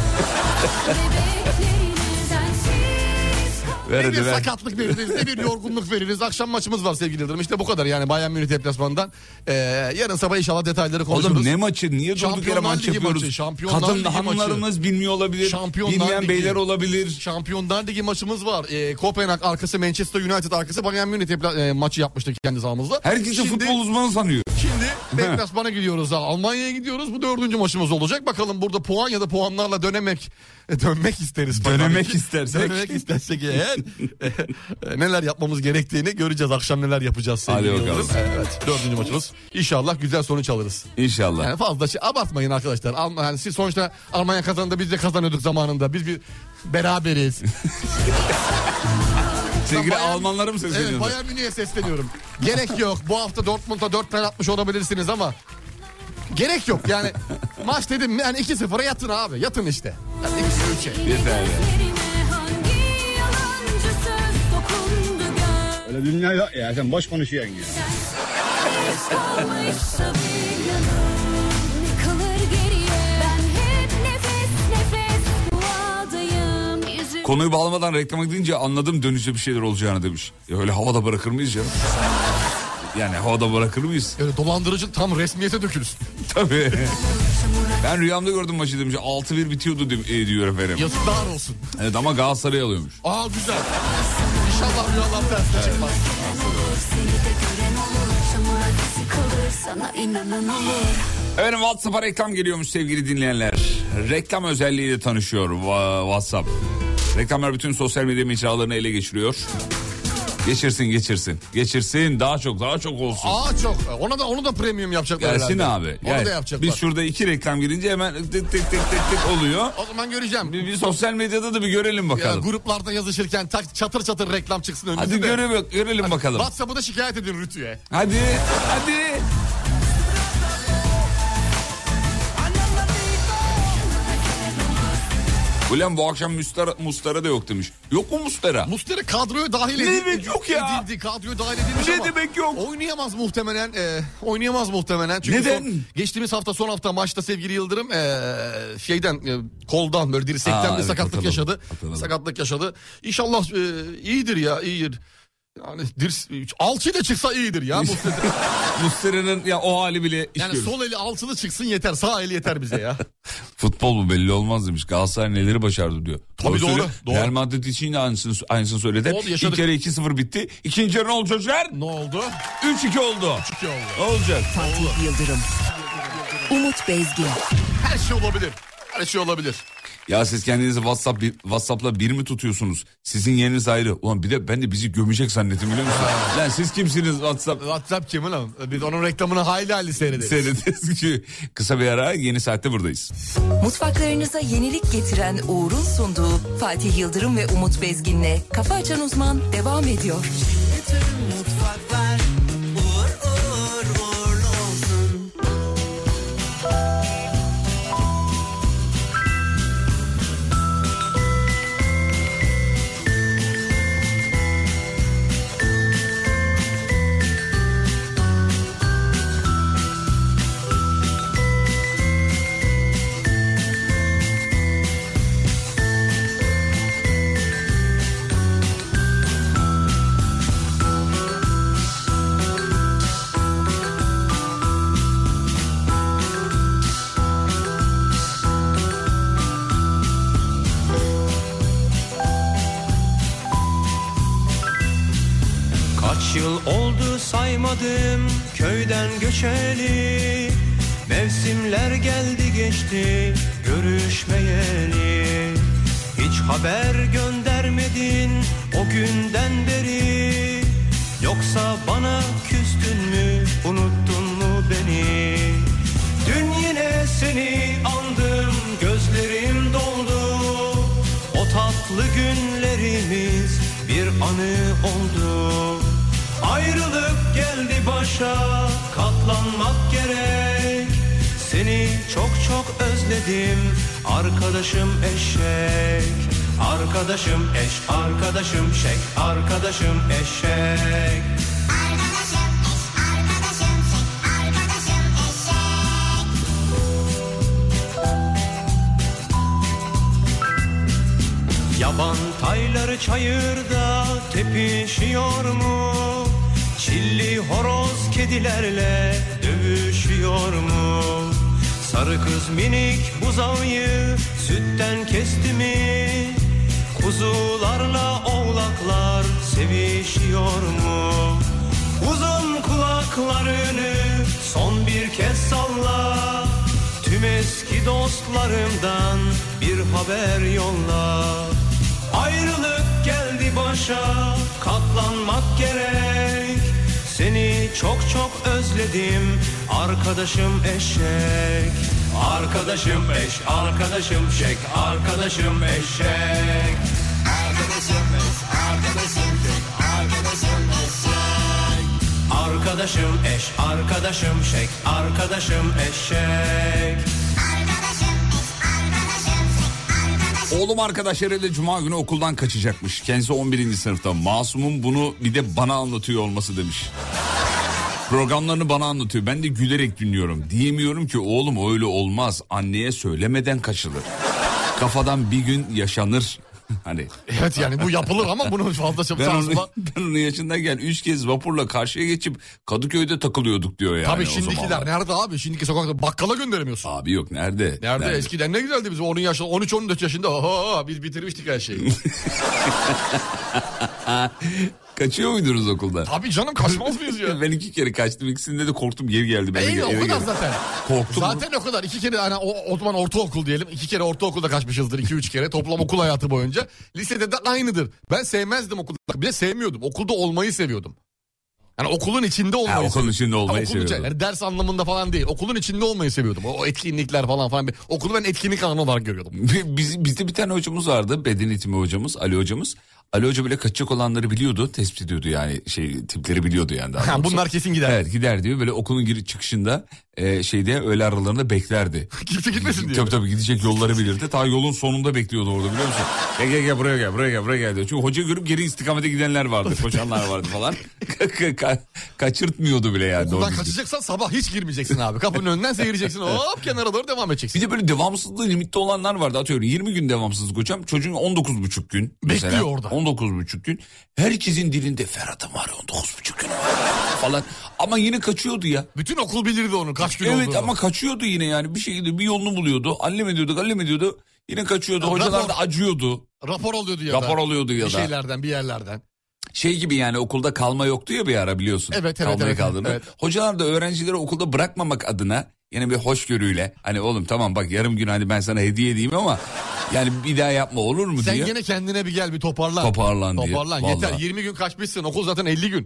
Ver Ne hadi bir ver. sakatlık veririz, ne bir yorgunluk veririz. Akşam maçımız var sevgili Yıldırım. İşte bu kadar yani Bayern Münih deplasmanından. Ee, yarın sabah inşallah detayları konuşuruz. Oğlum ne maçı? Niye durduk yere Şampiyonlar maç Ligi yapıyoruz? maçı, Şampiyonlar Kadın Ligi hanımlarımız bilmiyor olabilir. Şampiyonlar Bilmeyen Ligi. beyler olabilir. Şampiyonlar Ligi maçımız var. Ee, Kopenhag arkası, Manchester United arkası Bayern Münih depla- e, maçı yapmıştık kendi sahamızda. Herkesi Şimdi- futbol uzmanı sanıyor. Şimdi deplasmana gidiyoruz ha. Almanya'ya gidiyoruz. Bu dördüncü maçımız olacak. Bakalım burada puan ya da puanlarla dönemek e, dönmek isteriz. Dönemek Tabii ki. istersek. Dönemek istersek eğer e, e, neler yapmamız gerektiğini göreceğiz. Akşam neler yapacağız sevgili Hadi bakalım. Yıldırım. Evet, dördüncü maçımız. İnşallah güzel sonuç alırız. İnşallah. Yani fazla şey abartmayın arkadaşlar. Alm- yani siz sonuçta Almanya kazandı, biz de kazanıyorduk zamanında. Biz bir beraberiz. Sevgili Bayern- Almanlara mı Evet, sesleniyorsun? Bayern Münih'e sesleniyorum. Gerek yok. Bu hafta Dortmund'a dört tane atmış olabilirsiniz ama gerek yok. Yani maç dedim yani iki sıfıra yatın abi. Yatın işte. Yani iki sıfır üçe. Yeter ya. Öyle dünya yok ya, sen boş konuşuyorsun ya. Konuyu bağlamadan reklama gidince anladım dönüşte bir şeyler olacağını demiş. Ya öyle havada bırakır mıyız canım? Yani havada bırakır mıyız? Öyle dolandırıcı tam resmiyete dökülsün. Tabii. Ben rüyamda gördüm maçı demiş. altı bir bitiyordu de- diyor efendim. Yazıklar olsun. Evet ama Galatasaray alıyormuş. Aa güzel. İnşallah rüyalar tersine çıkmaz. Efendim WhatsApp'a reklam geliyormuş sevgili dinleyenler. Reklam özelliğiyle tanışıyor Va- WhatsApp. Reklamlar bütün sosyal medya mecralarını ele geçiriyor. Geçirsin geçirsin. Geçirsin daha çok daha çok olsun. Aa çok. Ona da onu da premium yapacaklar Gelsin herhalde. abi. Onu Gel. da yapacaklar. Biz şurada iki reklam girince hemen tık tık tık tık tık oluyor. O zaman göreceğim. Bir, bir sosyal medyada da bir görelim Ya, bakalım. gruplarda yazışırken tak, çatır çatır reklam çıksın önümüzde. Hadi görelim, görelim bakalım. WhatsApp'ı da şikayet edin Rütü'ye. Hadi hadi. Ulan bu akşam Mustara, Mustara da yok demiş. Yok mu Mustara? Mustara kadroya dahil Ne edildi. demek yok ya? Edildi, kadroya dahil edilmiş Ne ama demek yok? oynayamaz muhtemelen. E, oynayamaz muhtemelen. Çünkü Neden? Son, geçtiğimiz hafta son hafta maçta sevgili Yıldırım e, şeyden e, koldan böyle dirsekten Aa, bir evet, sakatlık hatırladım, yaşadı. hatırladım. Sakatlık yaşadı. İnşallah e, iyidir ya iyidir. Yani dirs, alçıyla çıksa iyidir ya. Mustara'nın ya o hali bile iş Yani görür. sol eli altılı çıksın yeter, sağ eli yeter bize ya. Futbol bu belli olmaz demiş. Galatasaray neleri başardı diyor. Tabii doğru, söyle. doğru. Real Madrid için de aynısını, aynısını söyledi. Oldu, yaşadık. İlk kere iki sıfır bitti. İkinci yarı ne oldu çocuklar? Ne oldu? üç iki oldu. üç iki oldu. Ne olacak? Fatih Yıldırım, Umut Bezgin. Her şey olabilir. Her şey olabilir. Ya siz kendinizi WhatsApp bir, WhatsApp'la bir mi tutuyorsunuz? Sizin yeriniz ayrı. Ulan bir de ben de bizi gömecek zannettim biliyor musun? Lan siz kimsiniz WhatsApp? WhatsApp kim lan? Biz onun reklamını hayli hayli seyrederiz. Seyrederiz ki kısa bir ara yeni saatte buradayız. Mutfaklarınıza yenilik getiren Uğur'un sunduğu Fatih Yıldırım ve Umut Bezgin'le Kafa Açan Uzman devam ediyor. Bütün mutfaklar uğur uğur uğurlu olsun. Kaç yıl oldu saymadım köyden göçeli. Mevsimler geldi geçti görüşmeyeli. Hiç haber göndermedin o günden beri. Yoksa bana küstün mü, unuttun mu beni? Dün yine seni andım, gözlerim doldu. O tatlı günlerimiz bir anı oldu. Ayrılık geldi başa, katlanmak gerek. Seni çok çok özledim, arkadaşım eşek. Arkadaşım eş, arkadaşım şek, arkadaşım eşek. Arkadaşım eş, arkadaşım şek, arkadaşım eşek. Yaban tayları çayırda tepişiyor mu? Çilli horoz kedilerle dövüşüyor mu? Sarı kız minik buzağıyı sütten kesti mi? Kuzularla oğlaklar sevişiyor mu? Uzun kulaklarını son bir kez salla. Tüm eski dostlarımdan bir haber yolla. Ayrılık geldi başa, katlanmak gerek. Seni çok çok özledim, arkadaşım eşek. Arkadaşım eş, arkadaşım şek, arkadaşım eşek. Arkadaşım eş, arkadaşım şek, arkadaşım eşek. Arkadaşım eş, arkadaşım şek, arkadaşım eşek. Oğlum arkadaşlarıyla cuma günü okuldan kaçacakmış. Kendisi on birinci sınıfta. Masum'un bunu bir de bana anlatıyor olması demiş. Programlarını bana anlatıyor. Ben de gülerek dinliyorum. Diyemiyorum ki oğlum öyle olmaz. Anneye söylemeden kaçılır. Kafadan bir gün yaşanır. Hani. Evet yani bu yapılır ama bunun fazla ben, şansı onu, var. ben onun yaşındayken üç kez vapurla karşıya geçip Kadıköy'de takılıyorduk diyor yani. Tabii o şimdikiler zamanlar. nerede abi? Şimdiki sokakta bakkala gönderemiyorsun. Abi yok nerede? Nerede? nerede? Eskiden ne güzeldi bizim onun yaşında on üç on dört yaşında. Oho, biz bitirmiştik her şeyi. Kaçıyor muydunuz okulda? Tabii canım kaçmaz mıyız ya? Ben iki kere kaçtım. İkisinde de korktum geri geldim. Eve, Ey, o eve kadar geldim. zaten. Korktum. Zaten o kadar. İki kere hani o, o zaman ortaokul diyelim. İki kere ortaokulda kaçmışızdır. iki üç kere. Toplam okul hayatı boyunca. Lisede de aynıdır. Ben sevmezdim okulda. Bir de sevmiyordum. Okulda olmayı seviyordum. Yani okulun içinde olmayı Ha, okulun seviyordum. içinde olmayı Ha, okulun içinde- seviyordum. Yani ders anlamında falan değil. Okulun içinde olmayı seviyordum. O, o etkinlikler falan falan. Okulu ben etkinlik alanı olarak görüyordum. Biz, bizde bir tane hocamız vardı. Beden eğitimi hocamız. Ali hocamız. Ali Hoca bile kaçacak olanları biliyordu. Tespit ediyordu yani. Şey tipleri biliyordu yani. Daha Ha, doğrusu. bunlar kesin gider. Evet gider diyor. Böyle okulun giriş çıkışında e, şeyde öğle aralarında beklerdi. Kimse gitmesin diye. Tabii tabii gidecek yolları bilirdi. Ta yolun sonunda bekliyordu orada biliyor musun? Gel gel gel buraya gel buraya gel buraya gel diyor. Çünkü hoca görüp geri istikamete gidenler vardı. Koşanlar vardı falan. Ka- kaçırtmıyordu bile yani. Okuldan kaçacaksan sabah hiç girmeyeceksin abi. Kapının önünden seyredeceksin. Hop kenara doğru devam edeceksin. Bir de böyle devamsızlığı limitte olanlar vardı. Atıyorum yirmi gün devamsızlık hocam. Çocuğun on dokuz buçuk gün. Bekliyor mesela, orada. on dokuz buçuk gün. Herkesin dilinde Ferhat'ım var on dokuz buçuk gün var falan. Ama yine kaçıyordu ya. Bütün okul bilirdi onun kaç gün Evet olduğunu. ama kaçıyordu yine yani. Bir şekilde bir yolunu buluyordu. Allem ediyorduk allem ediyordu. Yine kaçıyordu. Ya, hocalar rapor- da acıyordu. Rapor alıyordu ya da. Rapor alıyordu ya bir da. Bir şeylerden bir yerlerden. Şey gibi yani okulda kalma yoktu ya bir ara biliyorsun. Evet evet. Kalmayı evet, kaldırma. evet. Hocalar da öğrencileri okulda bırakmamak adına yani bir hoşgörüyle hani oğlum tamam bak yarım gün hani ben sana hediye edeyim ama yani bir daha yapma olur mu Sen diye. gene kendine bir gel bir toparlan. Toparlan diye. Toparlan yeter Vallahi. yirmi gün kaçmışsın okul zaten elli gün.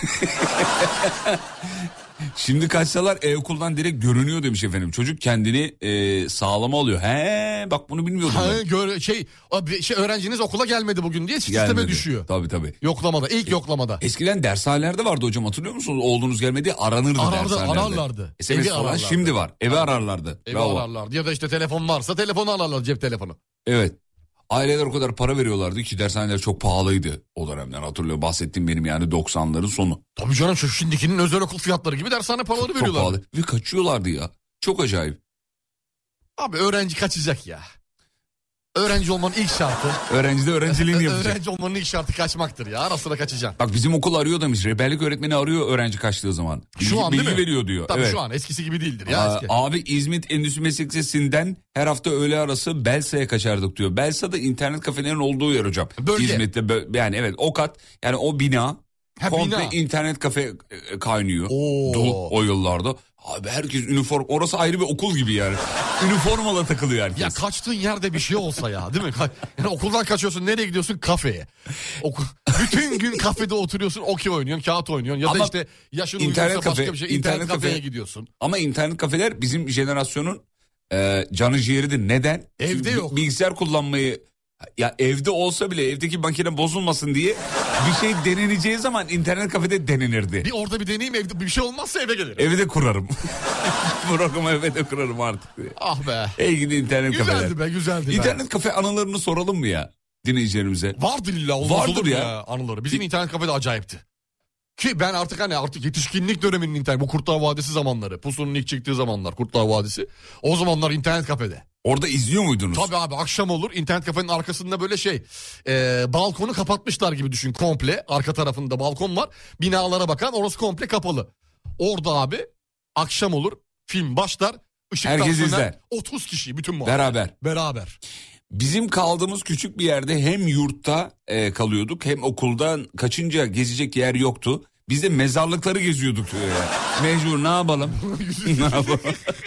Şimdi kaçsalar e-okuldan direkt görünüyor demiş efendim. Çocuk kendini e, sağlama alıyor. He bak bunu bilmiyordum. Ha, ben. gör, şey, abi, şey öğrenciniz okula gelmedi bugün diye sisteme Gelmedi. düşüyor. Tabii tabii. Yoklamada ilk yoklamada. Eskiden dershanelerde vardı hocam hatırlıyor musunuz? Oğlunuz gelmedi aranırdı Arardı, dershanelerde. ararlardı. S M S Evi falan ararlardı. şimdi var. Eve ararlardı. Evi Bravo. ararlardı ya da işte telefon varsa telefonu ararlar cep telefonu. Evet. Aileler o kadar para veriyorlardı ki dershaneler çok pahalıydı o dönemden hatırlıyorum. Bahsettiğim benim yani doksanların sonu. Tabii canım şu şimdikinin özel okul fiyatları gibi dershane paraları Çok veriyorlar. pahalı. Ve kaçıyorlardı ya. Çok acayip. Abi öğrenci kaçacak ya. Öğrenci olmanın ilk şartı. Öğrenci de öğrenciliğini yapacak. Öğrenci olmanın ilk şartı kaçmaktır ya. Ara sıra kaçacaksın. Bak bizim okul arıyor demiş. Rehberlik öğretmeni arıyor öğrenci kaçtığı zaman. Bilgi, Şu an değil bilgi mi? veriyor diyor. Tabii evet. şu an eskisi gibi değildir ya Aa, eski. abi İzmit Endüstri Meslek Lisesi'nden her hafta öğle arası Belsa'ya kaçardık diyor. Belsa da internet kafelerin olduğu yer hocam. Bölge. İzmit'te bö- yani evet o kat yani o bina Ha, komple bina. internet kafe e, kaynıyor. Oo. Dolu o yıllarda. Abi herkes üniform orası ayrı bir okul gibi yani. Üniformala takılıyor herkes. Ya kaçtığın yerde bir şey olsa ya değil mi? Ka- Yani okuldan kaçıyorsun nereye gidiyorsun? Kafeye. Oku- Bütün gün kafede oturuyorsun okey oynuyorsun kağıt oynuyorsun. Ya da Ama işte yaşın internet uyuyorsa başka kafe- bir şey. İnternet, internet kafeye kafe- gidiyorsun. Ama internet kafeler bizim jenerasyonun e, canı ciğeridir. Neden? Evde Çünkü yok. Bilgisayar kullanmayı ya evde olsa bile evdeki makine bozulmasın diye bir şey deneneceği zaman internet kafede denenirdi. Bir orada bir deneyeyim evde bir şey olmazsa eve gelirim. Evde kurarım. Programı evde kurarım artık diye. Ah be. Ey gidi internet kafeler. Güzeldi be güzeldi be. İnternet kafe anılarını soralım mı ya dinleyicilerimize? Vardır illa olmaz Vardır olur mu ya. ya anıları. Bizim internet kafede acayipti. Ki ben artık hani artık yetişkinlik döneminin internet bu Kurtlar Vadisi zamanları. Pusu'nun ilk çıktığı zamanlar Kurtlar Vadisi. O zamanlar internet kafede. Orada izliyor muydunuz? Tabii abi akşam olur internet kafenin arkasında böyle şey e, balkonu kapatmışlar gibi düşün komple. Arka tarafında balkon var binalara bakan orası komple kapalı. Orada abi akşam olur film başlar ışıktan Herkes söner, izler. otuz kişi bütün muhabbet. Beraber. Beraber. Bizim kaldığımız küçük bir yerde hem yurtta e, kalıyorduk hem okuldan kaçınca gezecek yer yoktu. Biz de mezarlıkları geziyorduk diyor ya. Mecbur ne yapalım? ne yapalım?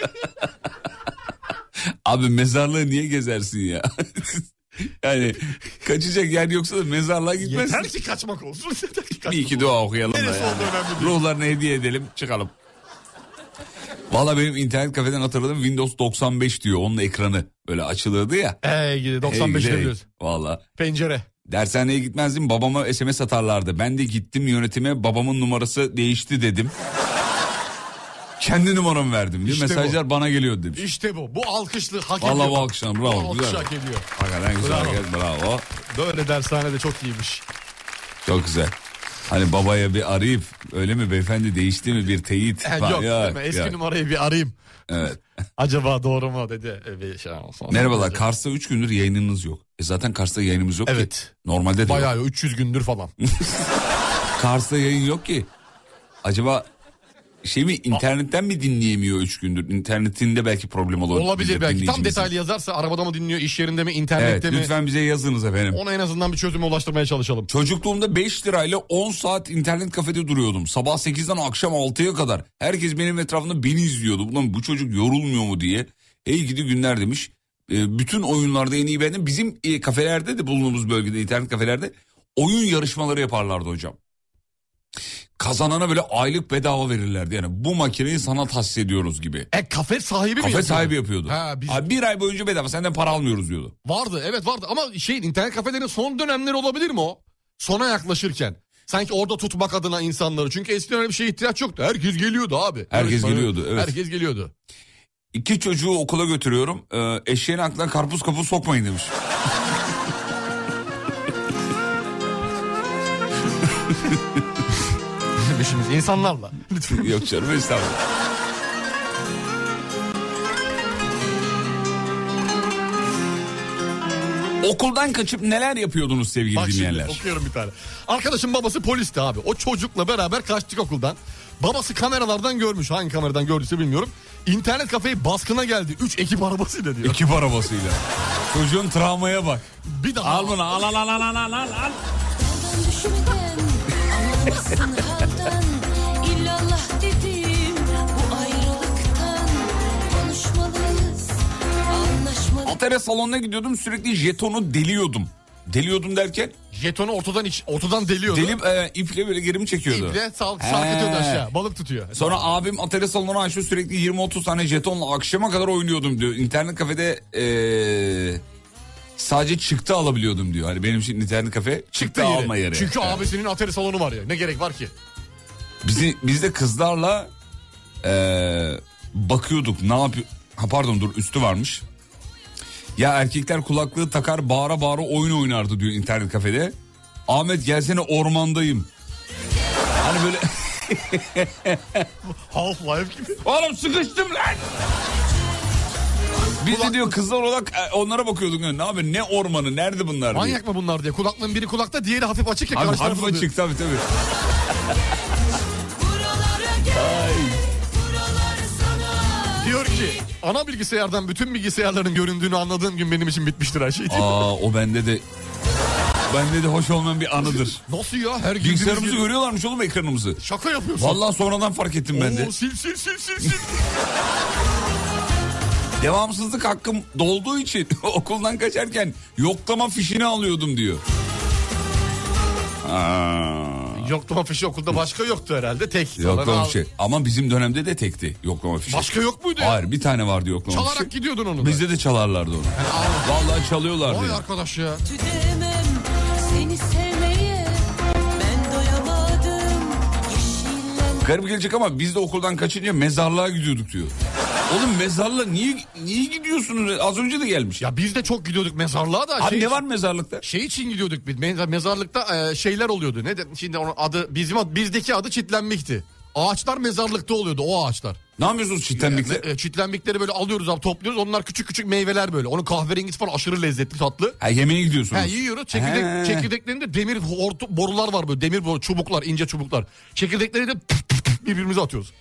Abi mezarlığı niye gezersin ya? Yani kaçacak yer yoksa da mezarlığa gitmezsin. Yeter ki kaçmak olsun. Yeter ki kaçmak Bir iki dua okuyalım da Neresi yani. olduğu önemli değil. Ruhlarını hediye edelim çıkalım. Valla benim internet kafeden hatırladığım Windows doksan beş diyor. Onun ekranı böyle açılırdı ya. Ey gidi doksan beşte biliyorsun. Valla. Pencere. Dershaneye gitmezdim, babama S M S atarlardı. Ben de gittim yönetime, babamın numarası değişti dedim. Kendi numaramı verdim diyor. İşte Mesajlar bu. bana geliyor demiş. İşte bu. Bu alkışlı hak Vallahi ediyor. bu alkışlar, bravo, Bu alkış güzel. hak ediyor. Hakikaten güzel Bravo. hareket, bravo. Böyle dershanede çok iyiymiş. Çok güzel. Hani babaya bir arayıp öyle mi beyefendi değişti mi bir teyit. Eh, falan. yok Ya, değil mi? Eski ya. numarayı bir arayayım. Evet. Acaba doğru mu dedi. E, Bir şey olsun. Merhabalar, Kars'ta üç gündür yayınınız yok. E zaten Kars'ta yayınımız yok Evet. ki. Normalde de yok. Bayağı üç yüz gündür falan. Kars'ta yayın yok ki. Acaba şey mi internetten mi dinleyemiyor üç gündür? İnternetinde belki problem olur. Olabilir belki. Tam dinleyicimizin. detaylı yazarsa arabada mı dinliyor, iş yerinde mi, internette Evet, mi? lütfen bize yazınız efendim. Ona en azından bir çözüme ulaştırmaya çalışalım. Çocukluğumda beş lirayla on saat internet kafede duruyordum. Sabah sekizden akşam altıya kadar. Herkes benim etrafımda beni izliyordu. Ulan bu çocuk yorulmuyor mu diye. Ey gidi günler demiş. E, bütün oyunlarda en iyi beğendim. Bizim e, kafelerde de bulunduğumuz bölgede internet kafelerde oyun yarışmaları yaparlardı hocam. Kazanana böyle aylık bedava verirlerdi. Yani bu makineyi sana tahsis ediyoruz gibi. E kafe sahibi mi Kafe yapıyordu? sahibi yapıyordu. Ha, biz... Abi bir ay boyunca bedava, senden para almıyoruz diyordu. Vardı evet vardı ama şey internet kafelerin son dönemleri olabilir mi o? Sona yaklaşırken. Sanki orada tutmak adına insanları. Çünkü eskiden öyle bir şeye ihtiyaç yoktu. Herkes geliyordu abi. Herkes Yarışmaya. geliyordu, evet. Herkes geliyordu. İki çocuğu okula götürüyorum. Ee, eşeğin aklına karpuz kabuğu sokmayın demiş. Bizim işimiz insanlarla. Lütfen. Yok canım, estağfurullah. Okuldan kaçıp neler yapıyordunuz sevgili Bak dinleyenler? şimdi okuyorum bir tane. Arkadaşım babası polisti abi. O çocukla beraber kaçtık okuldan. Babası kameralardan görmüş. Hangi kameradan gördüyse bilmiyorum. İnternet kafeyi baskına geldi. Üç ekip arabasıyla diyor. Ekip arabasıyla. Çocuğun travmaya bak. Bir daha. Al bunu, al al al al al al al. İllallah dedim bu ayrılıktan konuşmalıyız, anlaşmalıyız. Atari salonuna gidiyordum, sürekli jetonu deliyordum. Deliyordum derken? Jetonu ortadan iç, ortadan deliyordu. Delip e, iple böyle geri mi çekiyordu? İple sal, sarkıtıyordu aşağı. Balık tutuyor. Sonra abim atari salonunu açıyor, sürekli yirmi otuz tane jetonla akşama kadar oynuyordum diyor. İnternet kafede e, sadece çıktı alabiliyordum diyor. Hani benim için internet kafe çıktı, çıktı alma yeri. Çünkü evet. abisinin atari salonu var ya. Ne gerek var ki? Bizi, biz de kızlarla e, bakıyorduk. Ne yapıyor? Ha pardon, dur, üstü varmış. Ya erkekler kulaklığı takar bağıra bağıra oyun oynardı diyor internet kafede. Ahmet gelsene ormandayım. Hani böyle... Half-Life gibi. Oğlum sıkıştım lan. Biz Kulak... de diyor kızlar olarak onlara bakıyorduk. Ne abi, ne ormanı, nerede bunlar diye. Manyak mı bunlar diye. Kulaklığın biri kulakta, diğeri hafif açık ya. Abi hafif açık tabii tabii. Diyor ki ana bilgisayardan bütün bilgisayarların göründüğünü anladığım gün benim için bitmiştir her şey. Aa, o bende de bende de hoş olmayan bir anıdır. Nasıl ya? Her gün bilgisayarımızı görüyorlarmış oğlum, ekranımızı. Şaka yapıyorsun. Vallahi sonradan fark ettim Oo, ben de. Sil sil sil sil sil. Devamsızlık hakkım dolduğu için okuldan kaçarken yoklama fişini alıyordum diyor. Aa. Yoklama fişi okulda başka yoktu herhalde, tek. Yoklama fişi. Ama bizim dönemde de tekti yoklama fişi. Başka yok muydu? Hayır, bir tane vardı yoklama Çalarak fişi. gidiyordun onu da. Bizde de çalarlardı onu. Yani, vallahi çalıyorlardı. Vay arkadaş ya. Tüdemem seni sevmeye, ben doyamadım yeşillen. Garip gelecek ama biz de okuldan kaçınca mezarlığa gidiyorduk diyor. Oğlum mezarlığa niye niye gidiyorsunuz? Az önce de gelmiş. Ya biz de çok gidiyorduk mezarlığa da. Abi şey ne için, var mezarlıkta? Şey için gidiyorduk biz. Mezarlıkta e, şeyler oluyordu. Ne de, şimdi onun adı, bizim ad, bizdeki adı çitlenmekti. Ağaçlar mezarlıkta oluyordu, o ağaçlar. Ne yapıyorsunuz çitlenmekle? E, çitlenmekleri böyle alıyoruz abi, topluyoruz. Onlar küçük küçük meyveler böyle. Onun kahverengisi falan aşırı lezzetli, tatlı. Ha, yemeğe gidiyorsunuz. Ha, yiyoruz. Çekirdek, He. çekirdeklerinde demir hortu, borular var böyle. Demir boru, çubuklar, ince çubuklar. Çekirdekleri de püf püf püf birbirimize atıyoruz.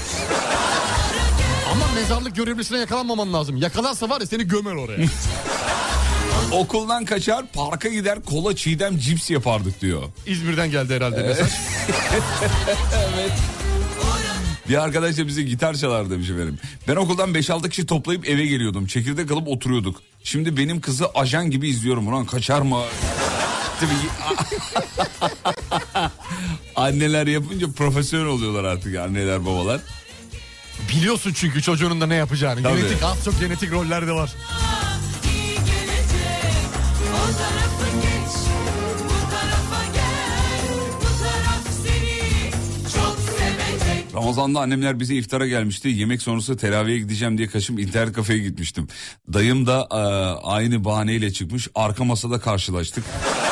Ama mezarlık görevlisine yakalanmaman lazım. Yakalarsa var ya seni gömer oraya. Okuldan kaçar, parka gider, kola, çiğdem, cips yapardık diyor. İzmir'den geldi herhalde Evet. mesaj. Evet. Bir arkadaş da bize gitar çalar demiş efendim. Ben okuldan beş altı kişi toplayıp eve geliyordum. Çekirdek alıp oturuyorduk. Şimdi benim kızı ajan gibi izliyorum. Ulan kaçar mı? Anneler yapınca profesyonel oluyorlar artık, anneler babalar. Biliyorsun çünkü çocuğunun da ne yapacağını. Tabii. Genetik, az çok genetik roller de var. İyi gelecek, o tarafa geç, bu tarafa gel, bu taraf seni çok sevecek. Ramazan'da annemler bize iftara gelmişti. Yemek sonrası teraviye gideceğim diye kaçıp internet kafeye gitmiştim. Dayım da e, aynı bahaneyle çıkmış. Arka masada karşılaştık.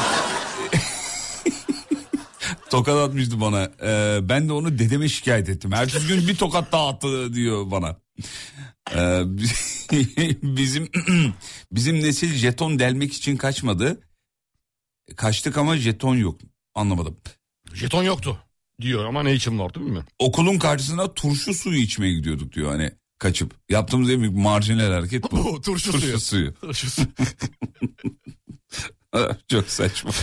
Tokat atmıştı bana. Ee, ben de onu dedeme şikayet ettim. Ertesi gün bir tokat daha attı diyor bana. Ee, bizim bizim nesil jeton delmek için kaçmadı. Kaçtık ama jeton yok. Anlamadım. Jeton yoktu diyor ama ne için vardı bilmiyorum. Okulun karşısına turşu suyu içmeye gidiyorduk diyor hani kaçıp. Yaptığımız en büyük marjinal hareket bu. Bu turşu, turşu suyu. Turşu suyu. Çok saçma.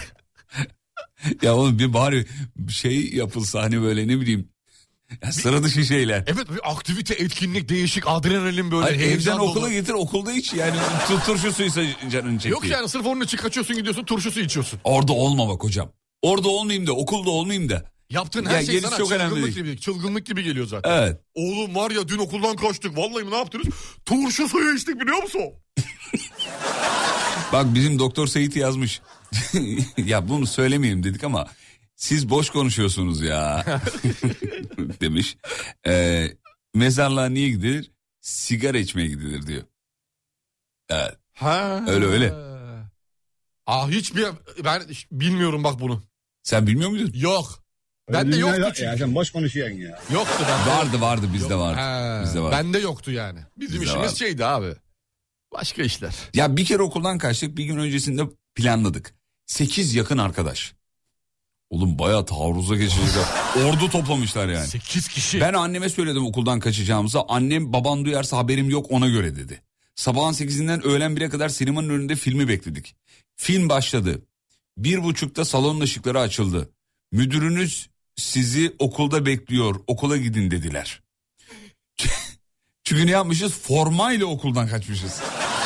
Ya oğlum bir bari şey yapılsa hani böyle ne bileyim ya sıra dışı şeyler. Evet, bir aktivite, etkinlik, değişik, adrenalin böyle. Hayır, evden dolu. okula getir, okulda iç yani turşu suysa canın çekti. Yok yani sırf onun için kaçıyorsun, gidiyorsun, turşu suyu içiyorsun. Orada olma bak hocam. Orada olmayayım da okulda olmayayım da. Yaptığın Ya her şey gerisi sana çok önemli çılgınlık değil. gibi, çılgınlık gibi geliyor zaten. Evet. Oğlum var ya dün okuldan kaçtık. Vallahi ne yaptınız? Turşu suyu içtik biliyor musun? Bak bizim Doktor Seyit yazmış. Ya bunu söylemeyeyim dedik ama Siz boş konuşuyorsunuz ya demiş. Ee, mezarlığa niye gidilir? Sigara içmeye gidilir diyor. Evet. Ha. Öyle öyle. Aa hiçbir ben bilmiyorum bak bunu. Sen bilmiyor muydun? Yok. Öyle Bende dünya yoktu yok çünkü. ya, sen boş konuşuyorsun ya. Yoktu bende. Vardı vardı bizde vardı. Ha, Bizde vardı. bende yoktu yani. Bizim Bizde işimiz vardı. şeydi abi. Başka işler. Ya bir kere okuldan kaçtık, bir gün öncesinde planladık. Sekiz yakın arkadaş. Oğlum bayağı taarruza geçecekler. Ordu toplamışlar yani. Sekiz kişi. Ben anneme söyledim okuldan kaçacağımızı. Annem baban duyarsa haberim yok ona göre dedi. Sabahın sekizinden öğlen bire kadar sinemanın önünde filmi bekledik. Film başladı. Bir buçukta salonun ışıkları açıldı. Müdürünüz sizi okulda bekliyor, okula gidin dediler. Çünkü ne yapmışız? Formayla okuldan kaçmışız.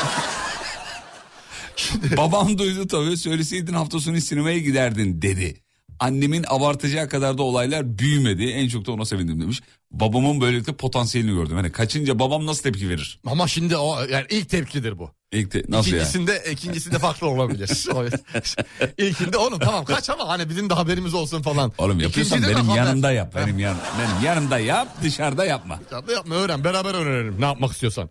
Babam duydu tabii, söyleseydin hafta sonu sinemaya giderdin dedi. Annemin abartacağı kadar da olaylar büyümedi. En çok da ona sevindim demiş. Babamın böylelikle potansiyelini gördüm. Hani kaçınca babam nasıl tepki verir? Ama şimdi o yani ilk tepkidir bu. İlk te- nasıl İkincisinde, yani? ikincisinde farklı olabilir. Evet. İlkinde oğlum tamam kaç ama hani bizim de haberimiz olsun falan. Oğlum yapıyorsan İkincide de benim haber. yanımda yap. Benim, yan, benim yanımda yap, dışarıda yapma. Dışarıda yapma, öğren, beraber öğrenelim ne yapmak istiyorsan.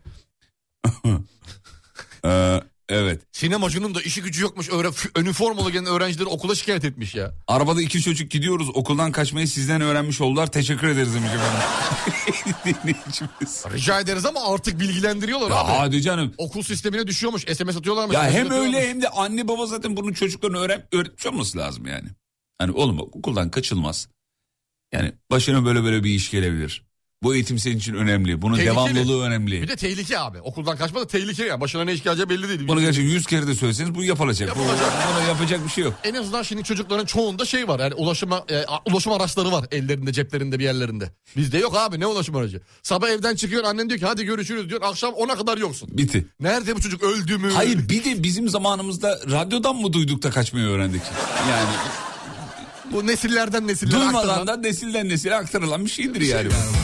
Ee, evet. Sinemacının da işi gücü yokmuş. Öğren, üniformalı gelen öğrencileri okula şikayet etmiş ya. Arabada iki çocuk gidiyoruz, okuldan kaçmayı sizden öğrenmiş oldular. Teşekkür ederiz demiş efendim. Dinleyicimiz. Rica ederiz ama artık bilgilendiriyorlar Ya abi. hadi canım. Okul sistemine düşüyormuş. S M S atıyorlarmış. Ya mesaj hem atıyorlarmış. öyle hem de anne baba zaten bunun çocuklarını öğren öğretmiş olması lazım yani. Hani oğlum okuldan kaçılmaz. Yani başına böyle böyle bir iş gelebilir. Bu eğitim senin için önemli. Bunun Tehlikeli. devamlılığı önemli. Bir de tehlike abi. Okuldan kaçma da tehlike ya. Başına ne iş geleceği belli değil. Bunu gerçekten yüz kere de söyleseniz bu yapılacak. Yapılacak. Bu, buna yapacak bir şey yok. En azından şimdi çocukların çoğunda şey var. Yani ulaşıma, e, ulaşım araçları var ellerinde, ceplerinde, bir yerlerinde. Bizde yok abi, ne ulaşım aracı? Sabah evden çıkıyor, annen diyor ki hadi görüşürüz diyor. Akşam ona kadar yoksun. Bitti. Nerede bu çocuk, öldü mü? Hayır, bir de bizim zamanımızda radyodan mı duyduk da kaçmayı öğrendik? Yani bu nesillerden nesillere duymadan aktarılan... da nesilden nesile aktarılan bir şeydir Bir şey yani. yani.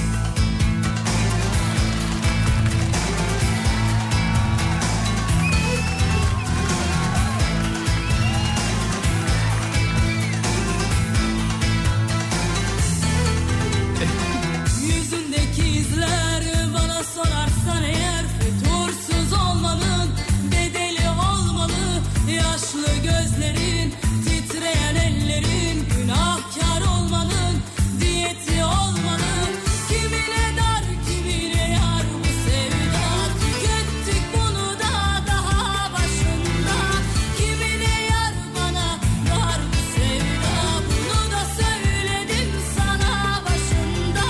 Yüzündeki izler bana sorarsan eğer fütursuz olmanın bedeli olmalı. Yaşlı gözlerin, titreyen ellerin, günahkar olmanın diyeti olmalı. Kimine dar, kimine yar bu sevda. Tükettik bunu da daha başında. Kimine yar, bana dar bu sevda. Bunu da söyledim sana başında.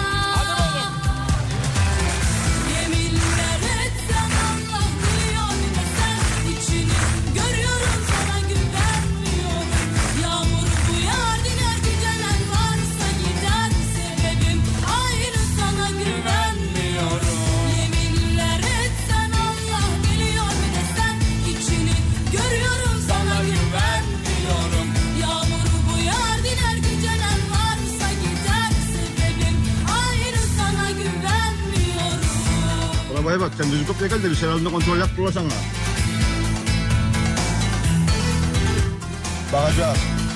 Yeminler etsen Allah biliyor desen içini görüyorum, sana güvenmiyorum. Yağmur bu yar diner, gücenen varsa gider, sebebim ayrı, sana güvenmiyorum. Yeminler etsen Allah biliyor desen içini görüyorum, sana güvenmiyorum. Yağmur bu yar diner, gücenen varsa gider, sebebim ayrı, sana güvenmiyorum. Arabaya bak, sen düzgün kapıya gel de bir selalinde kontrol yap, bulasana. Bakacağız.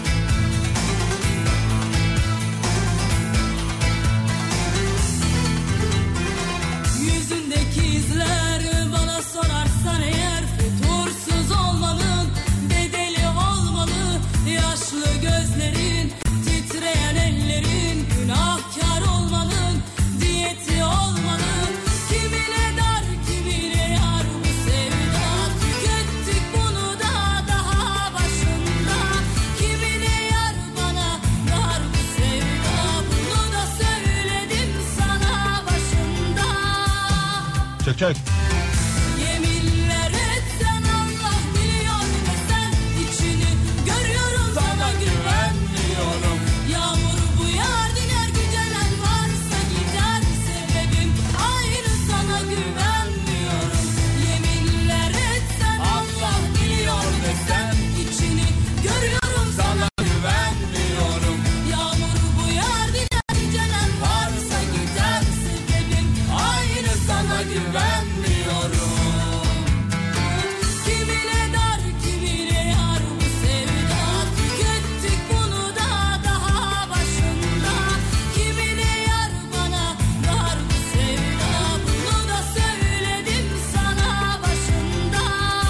Yüzündeki izler bana sorarsan eğer fütursuz olmanın bedeli olmalı. Yaşlı gözlerin, titreyen ellerin, günahkar olmanın diyeti olmalı. Kimine dar, kimine yar bu sevda. Tükettik bunu da daha başında. Kimine yar, bana dar bu sevda. Bunu da söyledim sana başında. Çek çek. Yeminler etsen Allah biliyor desen içini görüyorum, sana güvenmiyorum. Yağmur bu yar diner, gücenen varsa gider, sebebim ayrı, sana güvenmiyorum. Yeminler etsen Allah biliyor desen içini görüyorum, sana güvenmiyorum. Yağmur bu yar diner, gücenen varsa gider, sebebim ayrı, sana güvenmiyorum.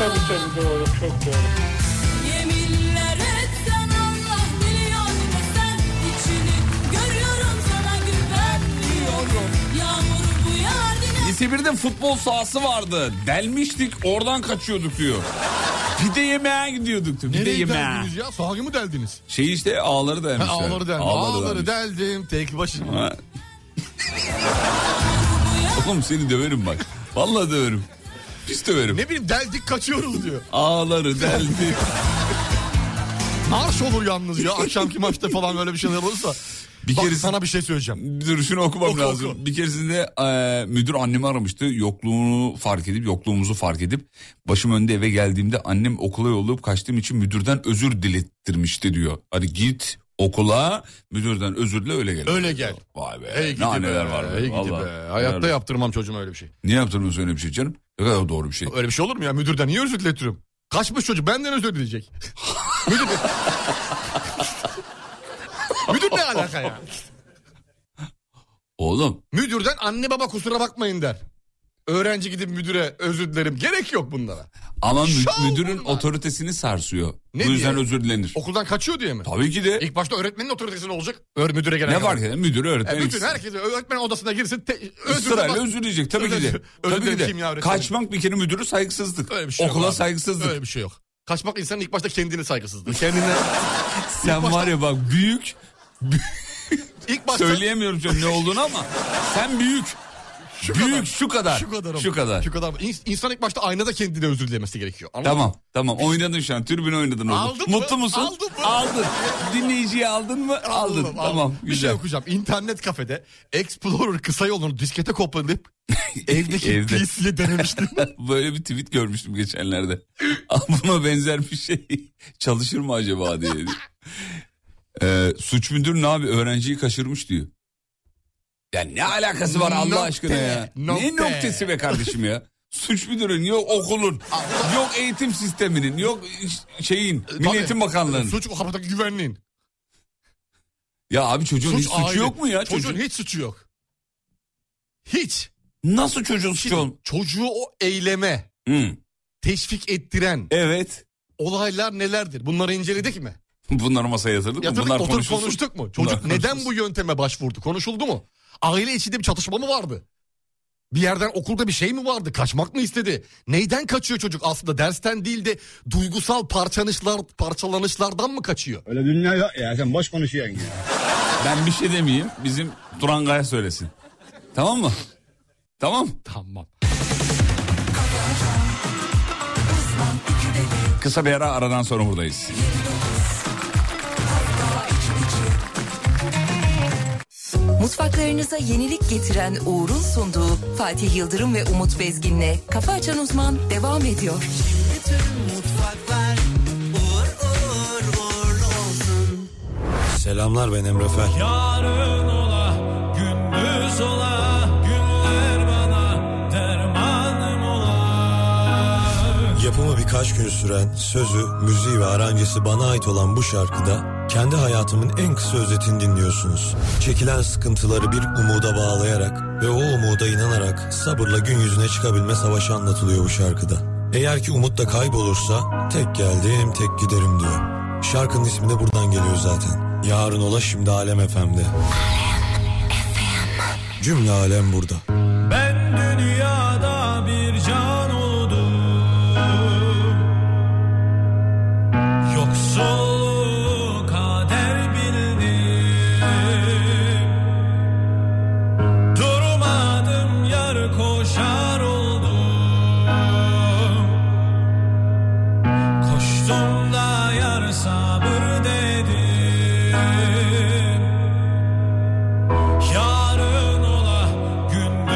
Tabii tabii doğru, çok doğru. Yeminler etsen Allah biliyor ne sen içini görüyorum sana güvenmiyorum. Yağmur bu yardine. Lise birde futbol sahası vardı. Delmiştik oradan kaçıyorduk diyor. Pide yemeğe gidiyorduk diyor. Pide Nereye yemeğe. deldiniz ya? Sahayı mı deldiniz? Şey işte ağları delmişler. Ha, ağları deldim. Ağları Ağları delmiş. deldim tek başıma. Ha. Oğlum seni döverim bak. Vallahi döverim. Pis döverim. Ne bileyim deldik kaçıyoruz diyor. Ağları deldik. Marş olur yalnız ya akşamki maçta falan böyle bir şeyler olursa. Bir Bak kere sana bir şey söyleyeceğim. Dur şunu okumam Oku, lazım. oku. Bir keresinde e, müdür annemi aramıştı. Yokluğunu fark edip yokluğumuzu fark edip başım önde eve geldiğimde annem okula yollayıp kaçtığım için müdürden özür dilettirmişti diyor. Hadi git okula müdürden özür dile öyle gel. Öyle gel. Vay be. Hey gidi ne anneler be, var be. hey gidi Vallahi. be. Hayatta Helal. yaptırmam çocuğuma öyle bir şey. Niye yaptırmıyorsun öyle bir şey canım? Ne kadar doğru bir şey. Öyle bir şey olur mu ya? Müdürden niye özür diletiyorum? Kaçmış çocuk benden özür dileyecek. Müdür... Müdür ne alaka ya? Oğlum. Müdürden anne baba kusura bakmayın der. Öğrenci gidip müdüre özür dilerim. Gerek yok bunlara. Ama mü- Şov müdürün bunlar. otoritesini sarsıyor. Ne Bu yüzden diye? özür dilenir. Okuldan kaçıyor diye mi? Tabii ki de. İlk başta öğretmenin otoritesi ne olacak? Öğre müdüre gelen Ne kadar. fark eder? Müdür öğretmen. E, bütün ikisi. herkes öğretmen odasına girsin. Te, özür Sırayla bak- özür dileyecek tabii Özür- ki de. özür Tabii ki dilerim de. kimya öğretmenim. Kaçmak bir kere müdürü saygısızlık. Öyle bir şey Okula yok abi. saygısızlık. Öyle bir şey yok. Kaçmak insanın ilk başta kendine saygısızlığı. Kendine... Sen başta- var ya bak büyük. İlk başta... Söyleyemiyorum şu an ne olduğunu ama sen büyük. Şu büyük kadar. şu kadar. Şu kadar. Şu kadar. Şu kadar. İns- İnsan ilk başta aynada kendine özür dilemesi gerekiyor. Anladın Tamam mı? tamam oynadın şu an tribüne oynadın oğlum. Aldın mı? Mutlu musun? Aldın mı? Aldın. Dinleyiciyi aldın mı? Aldın. Aldım, Tamam aldım. Bir şey güzel. okuyacağım. İnternet kafede Explorer kısa yolunu diskete kopyalayıp evdeki Evde. P C'ye denemiştim. Böyle bir tweet görmüştüm geçenlerde. Buna benzer bir şey çalışır mı acaba diye. Ee, suç müdür ne abi öğrenciyi kaçırmış diyor. Ya ne alakası var Allah Nokta, aşkına ya? nokta. Ne noktası be kardeşim ya? Suç müdürün yok okulun, yok eğitim sisteminin, yok şeyin, Milli Eğitim Bakanlığı'nın. Suç hatta güvenliğin. Ya abi çocuğun Suç hiç suçu aile. yok mu ya? Çocuğun Çocuğun hiç suçu yok. Hiç. nasıl çocuğun suçu ol? Çocuğu o eyleme Hı. teşvik ettiren Evet. olaylar nelerdir? Bunları inceledik mi? Bunları masaya yatırdık mı? Yatırdık, Bunlar oturup konuşulsun. konuştuk mu? Bunlar Çocuk neden konuşulsun. bu yönteme başvurdu? Konuşuldu mu? Aile içinde bir çatışma mı vardı? Bir yerden okulda bir şey mi vardı? Kaçmak mı istedi? Neyden kaçıyor çocuk aslında? Dersten değil de duygusal parçalanışlar, parçalanışlardan mı kaçıyor? Öyle dünya yok ya, sen boş konuşuyorsun ya. Ben bir şey demeyeyim. Bizim Turangay'a söylesin. Tamam mı? Tamam. Tamam. Kısa bir ara aradan sonra buradayız. Mutfaklarınıza yenilik getiren Uğur'un sunduğu Fatih Yıldırım ve Umut Bezgin'le Kafa Açan Uzman devam ediyor. Bütün mutfaklar uğur uğur uğurlu olsun. Selamlar, ben Emre Fel. Yarın ola, gündüz ola, günler bana dermanım ola. Yapımı birkaç gün süren, sözü, müziği ve aranjesi bana ait olan bu şarkıda kendi hayatımın en kısa özetini dinliyorsunuz. Çekilen sıkıntıları bir umuda bağlayarak ve o umuda inanarak sabırla gün yüzüne çıkabilme savaşı anlatılıyor bu şarkıda. Eğer ki umut da kaybolursa tek geldim tek giderim diyor. Şarkının ismi de buradan geliyor zaten. Yarın ola şimdi Alem F M'de. Cümle alem burada. Ben dünyada bir can oldum. Yoksul kader bildim. Durmadım yar koşar oldum. Koştum da yar sabır dedim. Yarın ola gündüz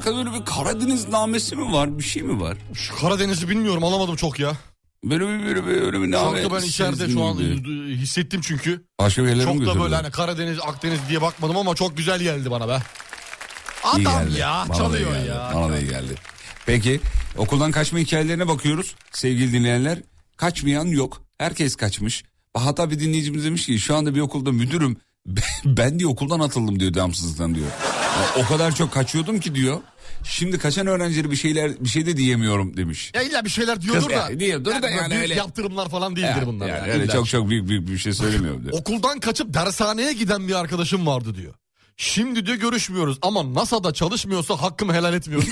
arkada böyle bir Karadeniz namesi mi var? Bir şey mi var? Şu Karadeniz'i bilmiyorum, anlamadım çok ya. Böyle bir böyle bir, öyle bir name. Şu ben içeride şu an gibi hissettim çünkü. Başka bir yerlere mi Çok götürdü? da böyle hani Karadeniz, Akdeniz diye bakmadım ama çok güzel geldi bana be. Adam geldi. ya, Bana çalıyor da ya. Bana da iyi geldi. Peki okuldan kaçma hikayelerine bakıyoruz sevgili dinleyenler. Kaçmayan yok. Herkes kaçmış. Hatta bir dinleyicimiz demiş ki şu anda bir okulda müdürüm. Ben diyor okuldan atıldım diyor devamsızlıktan diyor. Yani o kadar çok kaçıyordum ki diyor. Şimdi kaçan öğrencileri bir şeyler bir şey de diyemiyorum demiş. Ya illa bir şeyler diyordur Kız, da. ya, diyordur da yani büyük öyle. yaptırımlar falan değildir Yani, bunlar. yani, Yani, öyle illa. çok çok büyük, büyük bir şey söylemiyorum diyor. Okuldan kaçıp dershaneye giden bir arkadaşım vardı diyor. Şimdi diyor görüşmüyoruz ama NASA'da çalışmıyorsa hakkımı helal etmiyorum.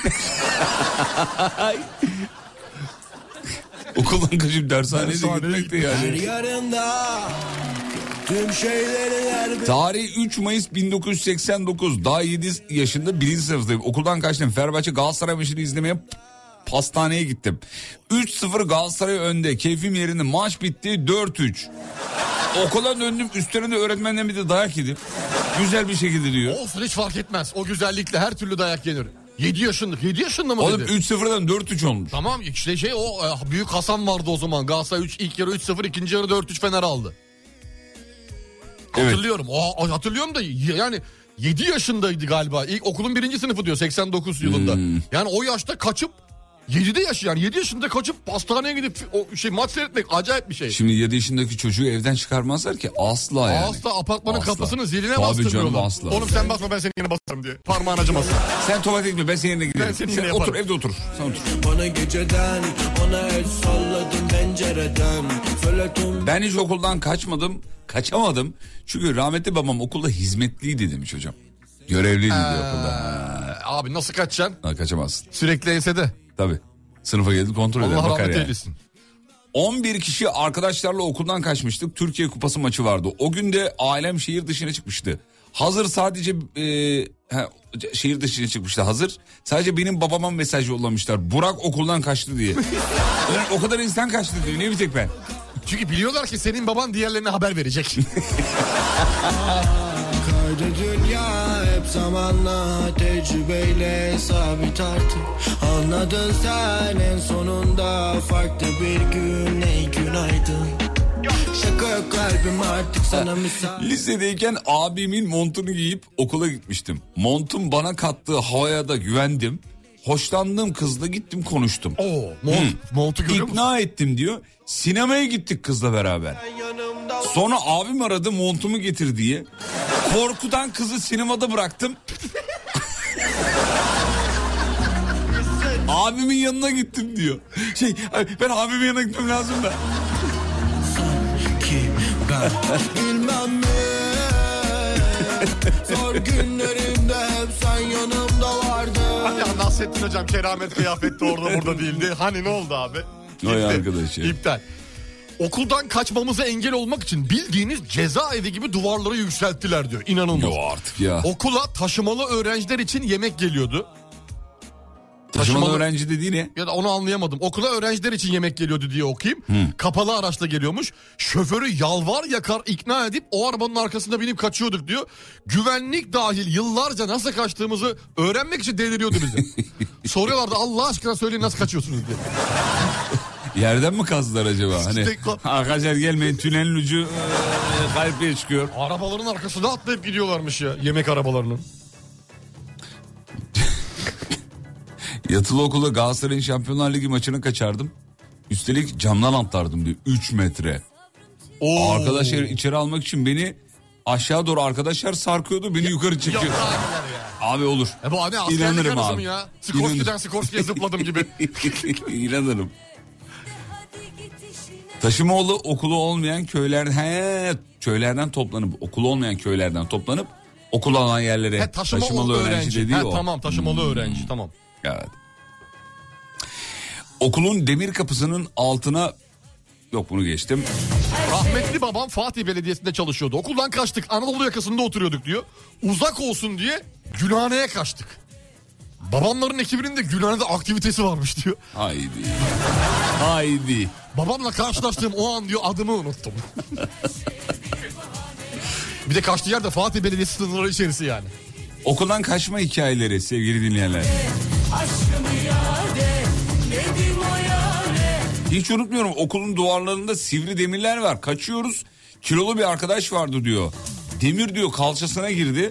Okuldan kaçıp dershaneye de gitmek de yani. Her yarında tüm şeyleri Tarih üç Mayıs bin dokuz yüz seksen dokuz. Daha yedi yaşında birinci sınıftayım. Okuldan kaçtım. Fenerbahçe Galatasaray maçını izlemeye pastaneye gittim. üç sıfır Galatasaray önde. Keyfim yerinde. Maç bitti dört üç. Okula döndüm. Üstlerinde öğretmenden bir de dayak yedim. Güzel bir şekilde diyor. Olsun, hiç fark etmez. O güzellikle her türlü dayak yenir. yedi yaşındık. yedi yaşında mı Oğlum dedi? üç sıfırdan dört üç olmuş. Tamam işte şey o e, büyük Hasan vardı o zaman. Galatasaray üç, ilk yarı üç sıfır, ikinci yarı dört üç Fener aldı. Evet. Hatırlıyorum. O, hatırlıyorum da yani yedi yaşındaydı galiba. İlk okulun birinci sınıfı diyor seksen dokuz yılında. Hmm. Yani o yaşta kaçıp yedide yaşayan, yedi yaşında kaçıp pastaneye gidip o şey maç seyretmek acayip bir şey. Şimdi yedi yaşındaki çocuğu evden çıkarmazlar ki asla yani. Asla apartmanın Asla. kapısının ziline Tabii bastırmıyorlar. canım, asla. Oğlum sen basma, ben senin yerine basarım diye. Parmağın acımasın. Sen tuvalete gitme, ben senin yerine giderim. Ben senin Sen yerine otur yaparım. evde otur. Sen otur. bana geceden ona el salladım pencereden. Söyledim Ben hiç okuldan kaçmadım, kaçamadım. Çünkü rahmetli babam okulda hizmetliydi demiş hocam. Görevliydi diyor okulda. Ha. Abi nasıl kaçacaksın? Ha, kaçamazsın. Sürekli ensede. Tabii. Sınıfa geldi kontrol eder Allah bakar rahmet yani. eylesin. on bir kişi arkadaşlarla okuldan kaçmıştık. Türkiye Kupası maçı vardı. O gün de ailem şehir dışına çıkmıştı. Hazır sadece e, he, şehir dışına çıkmıştı hazır. Sadece benim babama mesaj yollamışlar. Burak okuldan kaçtı diye. Yani o kadar insan kaçtı diyor. Niye bir tek ben? Çünkü biliyorlar ki senin baban diğerlerine haber verecek. kaydı dünya hep zamanla tecrübeyle sabit artık. Anladın sen en sonunda farklı bir gün ey günaydın. Şaka yok kalbim artık sana müsaade. Lisedeyken abimin montunu giyip okula gitmiştim. Montum bana kattığı havaya da güvendim. Hoşlandığım kızla gittim konuştum. Oo, mont, montu görüyor musun? İkna ettim diyor. Sinemaya gittik kızla beraber. Sonra abim aradı montumu getir diye. Korkudan kızı sinemada bıraktım. Abimin yanına gittim diyor. Şey ben abimin yanına gitmem lazım da. Ki ben bilmem mi? Zor günlerimde hep sen yanımda vardın. Ya Nasrettin hocam keramet kıyafette orada burada değildi. Hani ne oldu abi? Vay Gitti. arkadaş ya. İptal. Okuldan kaçmamıza engel olmak için bildiğiniz cezaevi gibi duvarları yükselttiler diyor. İnanılmaz. Yo artık ya. Okula taşımalı öğrenciler için yemek geliyordu. Taşımalı öğrenci dediği ne? Ya da onu anlayamadım. Okula öğrenciler için yemek geliyordu diye okuyayım. Kapalı araçla geliyormuş. Şoförü yalvar yakar ikna edip o arabanın arkasında binip kaçıyorduk diyor. Güvenlik dahil yıllarca nasıl kaçtığımızı öğrenmek için deliriyordu bize. Soruyorlardı Allah aşkına söyleyin nasıl kaçıyorsunuz diye. Yerden mi kazdılar acaba? Hani İşte- arkadaşlar gelmeyin tünelin ucu e, kalpeye çıkıyor. Arabaların arkasına atlayıp gidiyorlarmış ya, yemek arabalarının. Yatılı okulda Galatasaray'ın Şampiyonlar Ligi maçını kaçardım. Üstelik camdan atlardım diyor. üç metre. Oo. Arkadaşlar içeri almak için beni aşağı doğru arkadaşlar sarkıyordu. Beni yukarı çekiyor. Yok abiler ya. Abi olur. E bu hani askerlik İnanırım arası abi. mı ya? Sikorsky'den Sikorsky'ye zıpladım gibi. İnanırım. Taşımaoğlu okulu olmayan köylerden he, köylerden toplanıp okulu olmayan köylerden toplanıp okul alan yerlere He, taşımalı, taşımalı öğrenci, öğrenci. dediği He, o. tamam taşımalı Hmm. öğrenci tamam. Evet. Okulun demir kapısının altına yok bunu geçtim. Rahmetli babam Fatih Belediyesi'nde çalışıyordu. Okuldan kaçtık. Anadolu yakasında oturuyorduk diyor. Uzak olsun diye Gülhane'ye kaçtık. Babamların ekibinin de Gülhane'de aktivitesi varmış diyor. Haydi. Haydi. Babamla karşılaştığım o an diyor adımı unuttum. Bir de kaçtığı yer de Fatih Belediyesi sınırları içerisi yani. Okuldan kaçma hikayeleri sevgili dinleyenler. aşkım iade dedim o yâre. Hiç unutmuyorum, okulun duvarlarında sivri demirler var. Kaçıyoruz. Kilolu bir arkadaş vardı diyor. Demir diyor kalçasına girdi.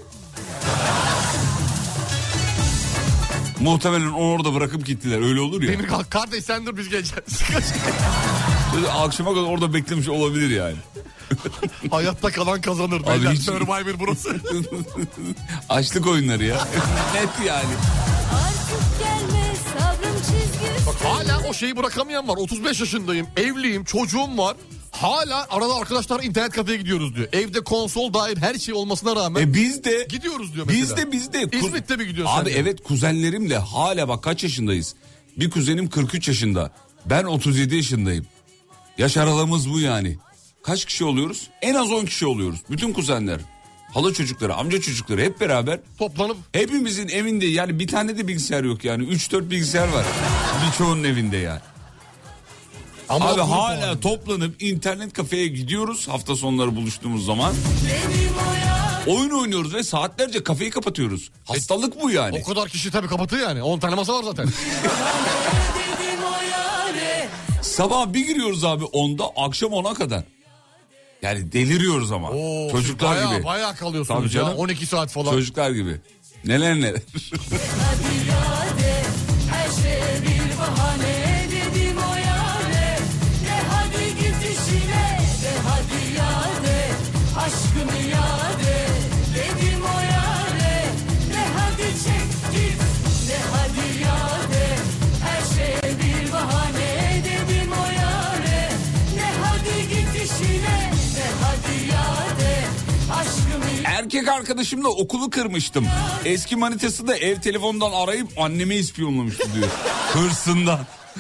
Muhtemelen onu orada bırakıp gittiler. Öyle olur ya. Demir kalk kardeş sen dur biz geleceğiz. Akşama kadar orada beklemiş olabilir yani. Hayatta kalan kazanır. Abi Beyler, hiç- Survivor burası. Açlık oyunları ya. Net yani. Artık gelme sabrım çizgisi. Bak hala o şeyi bırakamayan var. otuz beş yaşındayım, evliyim, çocuğum var. Hala arada arkadaşlar internet kafeye gidiyoruz diyor. Evde konsol dair her şey olmasına rağmen. E biz de gidiyoruz diyor mesela. Biz de biz de. İzmit'te mi gidiyorsun Abi sen de? evet, kuzenlerimle hala bak kaç yaşındayız. Bir kuzenim kırk üç yaşında. Ben otuz yedi yaşındayım. Yaş aralığımız bu yani. Kaç kişi oluyoruz? En az on kişi oluyoruz. Bütün kuzenler. Hala çocukları, amca çocukları hep beraber. Toplanıp. Hepimizin evinde yani bir tane de bilgisayar yok yani. üç dört bilgisayar var. Birçoğunun evinde yani. Ama Abi grup hala var. toplanıp internet kafeye gidiyoruz hafta sonları buluştuğumuz zaman. Oyun oynuyoruz ve saatlerce kafeyi kapatıyoruz. Hastalık bu yani. O kadar kişi tabii kapatıyor yani. on tane masa var zaten. Dedim o yâre. Sabah bir giriyoruz abi onda, akşam ona kadar. Yani deliriyoruz ama. Oo, Çocuklar bayağı, gibi. Bayağı kalıyorsunuz Tabii ya. canım. on iki saat falan. Çocuklar gibi. Neler neler. Hadi iade her şeye bir bahane dedim o yâre. De hadi git işine de hadi iade aşkım iade dedim o yâre. De hadi çek git de hadi iade her şeye bir bahane dedim o yâre. De hadi git işine de hadi iade aşkım iade. Erkek arkadaşımla okulu kırmıştım. Eski manitası da ev telefonundan arayıp annemi ispiyonlamıştı diyor. Hırsından.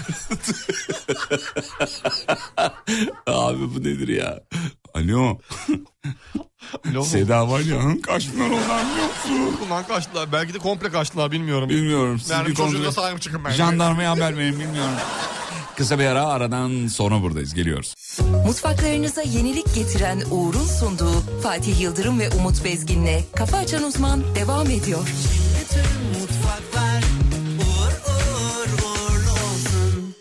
Abi bu nedir ya? Alo. Alo. Seda var ya, hı, kaç milyon onlar biliyor musun? Bundan kaçtılar. Belki de komple kaçtılar bilmiyorum. Bilmiyorum. Siz Yani bir çocuğuna kontrol... sahip çıkın bence. Jandarmaya haber verin, bilmiyorum. Kısa bir ara, aradan sonra buradayız, geliyoruz. Mutfaklarınıza yenilik getiren Uğur'un sunduğu Fatih Yıldırım ve Umut Bezgin'le Kafa Açan Uzman devam ediyor. Bütün mutfaklar uğur uğur uğurlu olsun.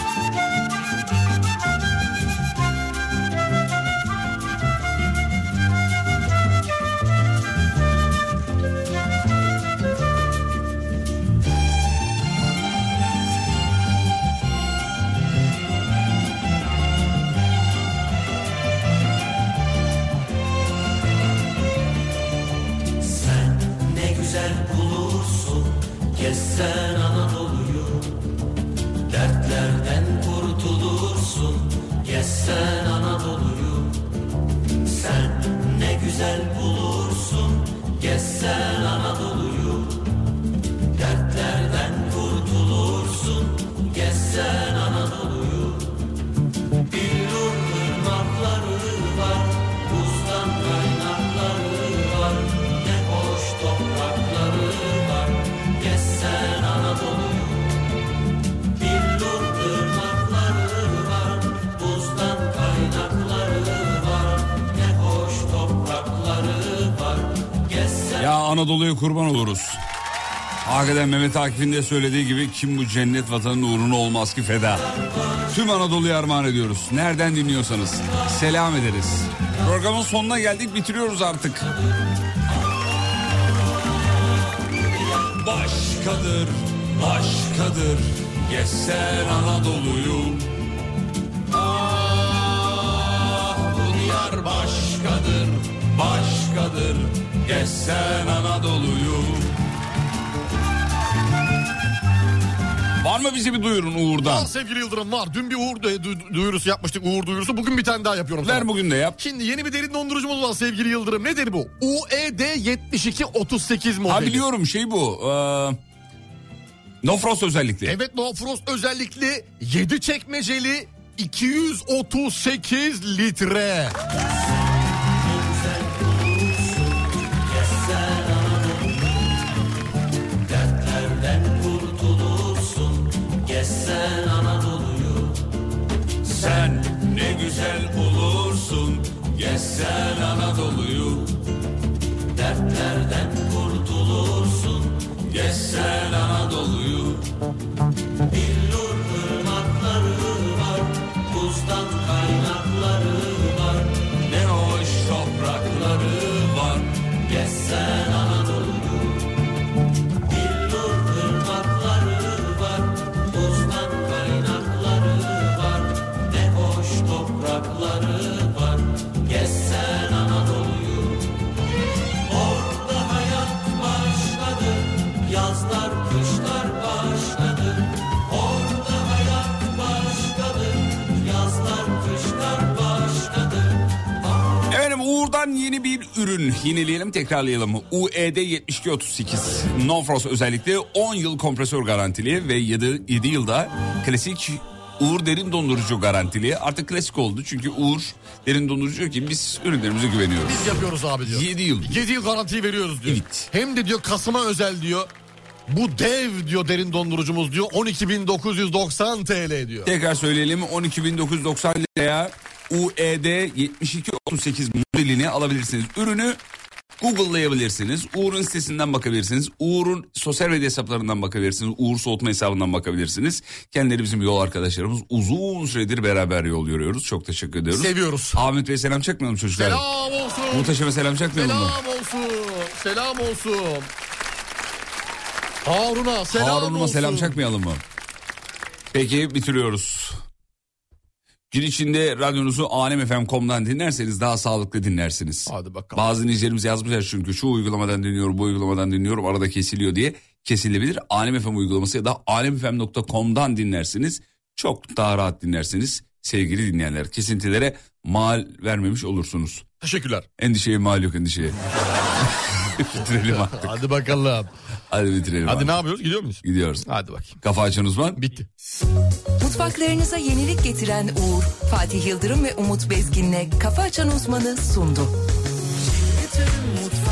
Sen ne güzel bulursun, gezsen Anadolu'yu. Dertlerden kurtulursun, gezsen Anadolu'yu. Sen ne güzel bulursun, gezsen Anadolu'yu. Dertlerden kurtulursun, gezsen Anadolu'yu. Billur ırmakları var, buzdan kaynakları var. Ne hoş toprakları var, gezsen Anadolu'yu. Billur ırmakları var, buzdan kaynakları var. Ne hoş toprakları var, gezsen. Ya Anadolu'ya kurban oluruz. Hakikaten Mehmet Akif'in de söylediği gibi kim bu cennet vatanın uğruna olmaz ki feda. Tüm Anadolu'ya armağan ediyoruz. Nereden dinliyorsanız selam ederiz. Programın sonuna geldik, bitiriyoruz artık. Başkadır, başkadır, gezsen Anadolu'yu. Ah, bu diyar başkadır, başkadır, gezsen Anadolu'yu. Var mı bizi bir duyurun Uğur'dan? Var sevgili Yıldırım var. Dün bir Uğur du- du- duyurusu yapmıştık. Uğur duyurusu. Bugün bir tane daha yapıyorum. Ver sana. bugün de yap. Şimdi yeni bir derin dondurucumuz var sevgili Yıldırım. Nedir bu? U E D yetmiş iki otuz sekiz modeli. Ha biliyorum şey bu. Ee, no frost özellikle. Evet, no frost özellikli yedi çekmeceli iki yüz otuz sekiz litre. Dertlerden kurtulursun, gezsen Anadolu'yu. Sen ne güzel olursun, gezsen Anadolu'yu. Dertlerden kurtulursun, Gezsen Anadolu'yu. Uğur'dan yeni bir ürün. Yenileyelim, tekrarlayalım. U E D yetmiş iki otuz sekiz No Frost özellikle on yıl kompresör garantili ve yedi yılda klasik Uğur derin dondurucu garantili. Artık klasik oldu çünkü Uğur derin dondurucu diyor ki biz ürünlerimize güveniyoruz. Biz yapıyoruz abi diyor. yedi yıl. yedi yıl garantiyi veriyoruz diyor. Evet. Hem de diyor Kasım'a özel diyor. Bu dev diyor derin dondurucumuz diyor on iki bin dokuz yüz doksan T L diyor. Tekrar söyleyelim, on iki bin dokuz yüz doksan liraya U E D yetmiş iki otuz sekiz modelini alabilirsiniz. Ürünü Google'layabilirsiniz. Uğur'un sitesinden bakabilirsiniz. Uğur'un sosyal medya hesaplarından bakabilirsiniz. Uğur soğutma hesabından bakabilirsiniz. Kendileri bizim yol arkadaşlarımız. Uzun süredir beraber yol yürüyoruz. Çok teşekkür ediyoruz. Seviyoruz. Ahmet Bey selam çakmayalım çocuklar. Selam olsun. Muhteşeme selam çakmayalım mı? Selam olsun. Selam olsun. Harun'a selam Harun'uma olsun. selam çakmayalım mı? Peki bitiriyoruz. Gün içinde radyonuzu alem f m nokta com'dan dinlerseniz daha sağlıklı dinlersiniz. Hadi bakalım. Bazı dinleyicilerimiz yazmışlar çünkü şu uygulamadan dinliyorum, bu uygulamadan dinliyorum, arada kesiliyor diye. Kesilebilir. Alem F M uygulaması ya da alem f m nokta com'dan dinlersiniz. Çok daha rahat dinlersiniz sevgili dinleyenler. Kesintilere mal vermemiş olursunuz. Teşekkürler. Endişeye mal yok, endişeye. Bitirelim artık. Hadi bakalım. Hadi bitirelim. Hadi artık. ne yapıyoruz? Gidiyor muyuz? Gidiyoruz. Hadi bakayım. Kafa açan uzman. Bitti. Mutfaklarınıza yenilik getiren Uğur, Fatih Yıldırım ve Umut Bezgin'le Kafa Açan Uzman'ı sundu. Bütün mutfak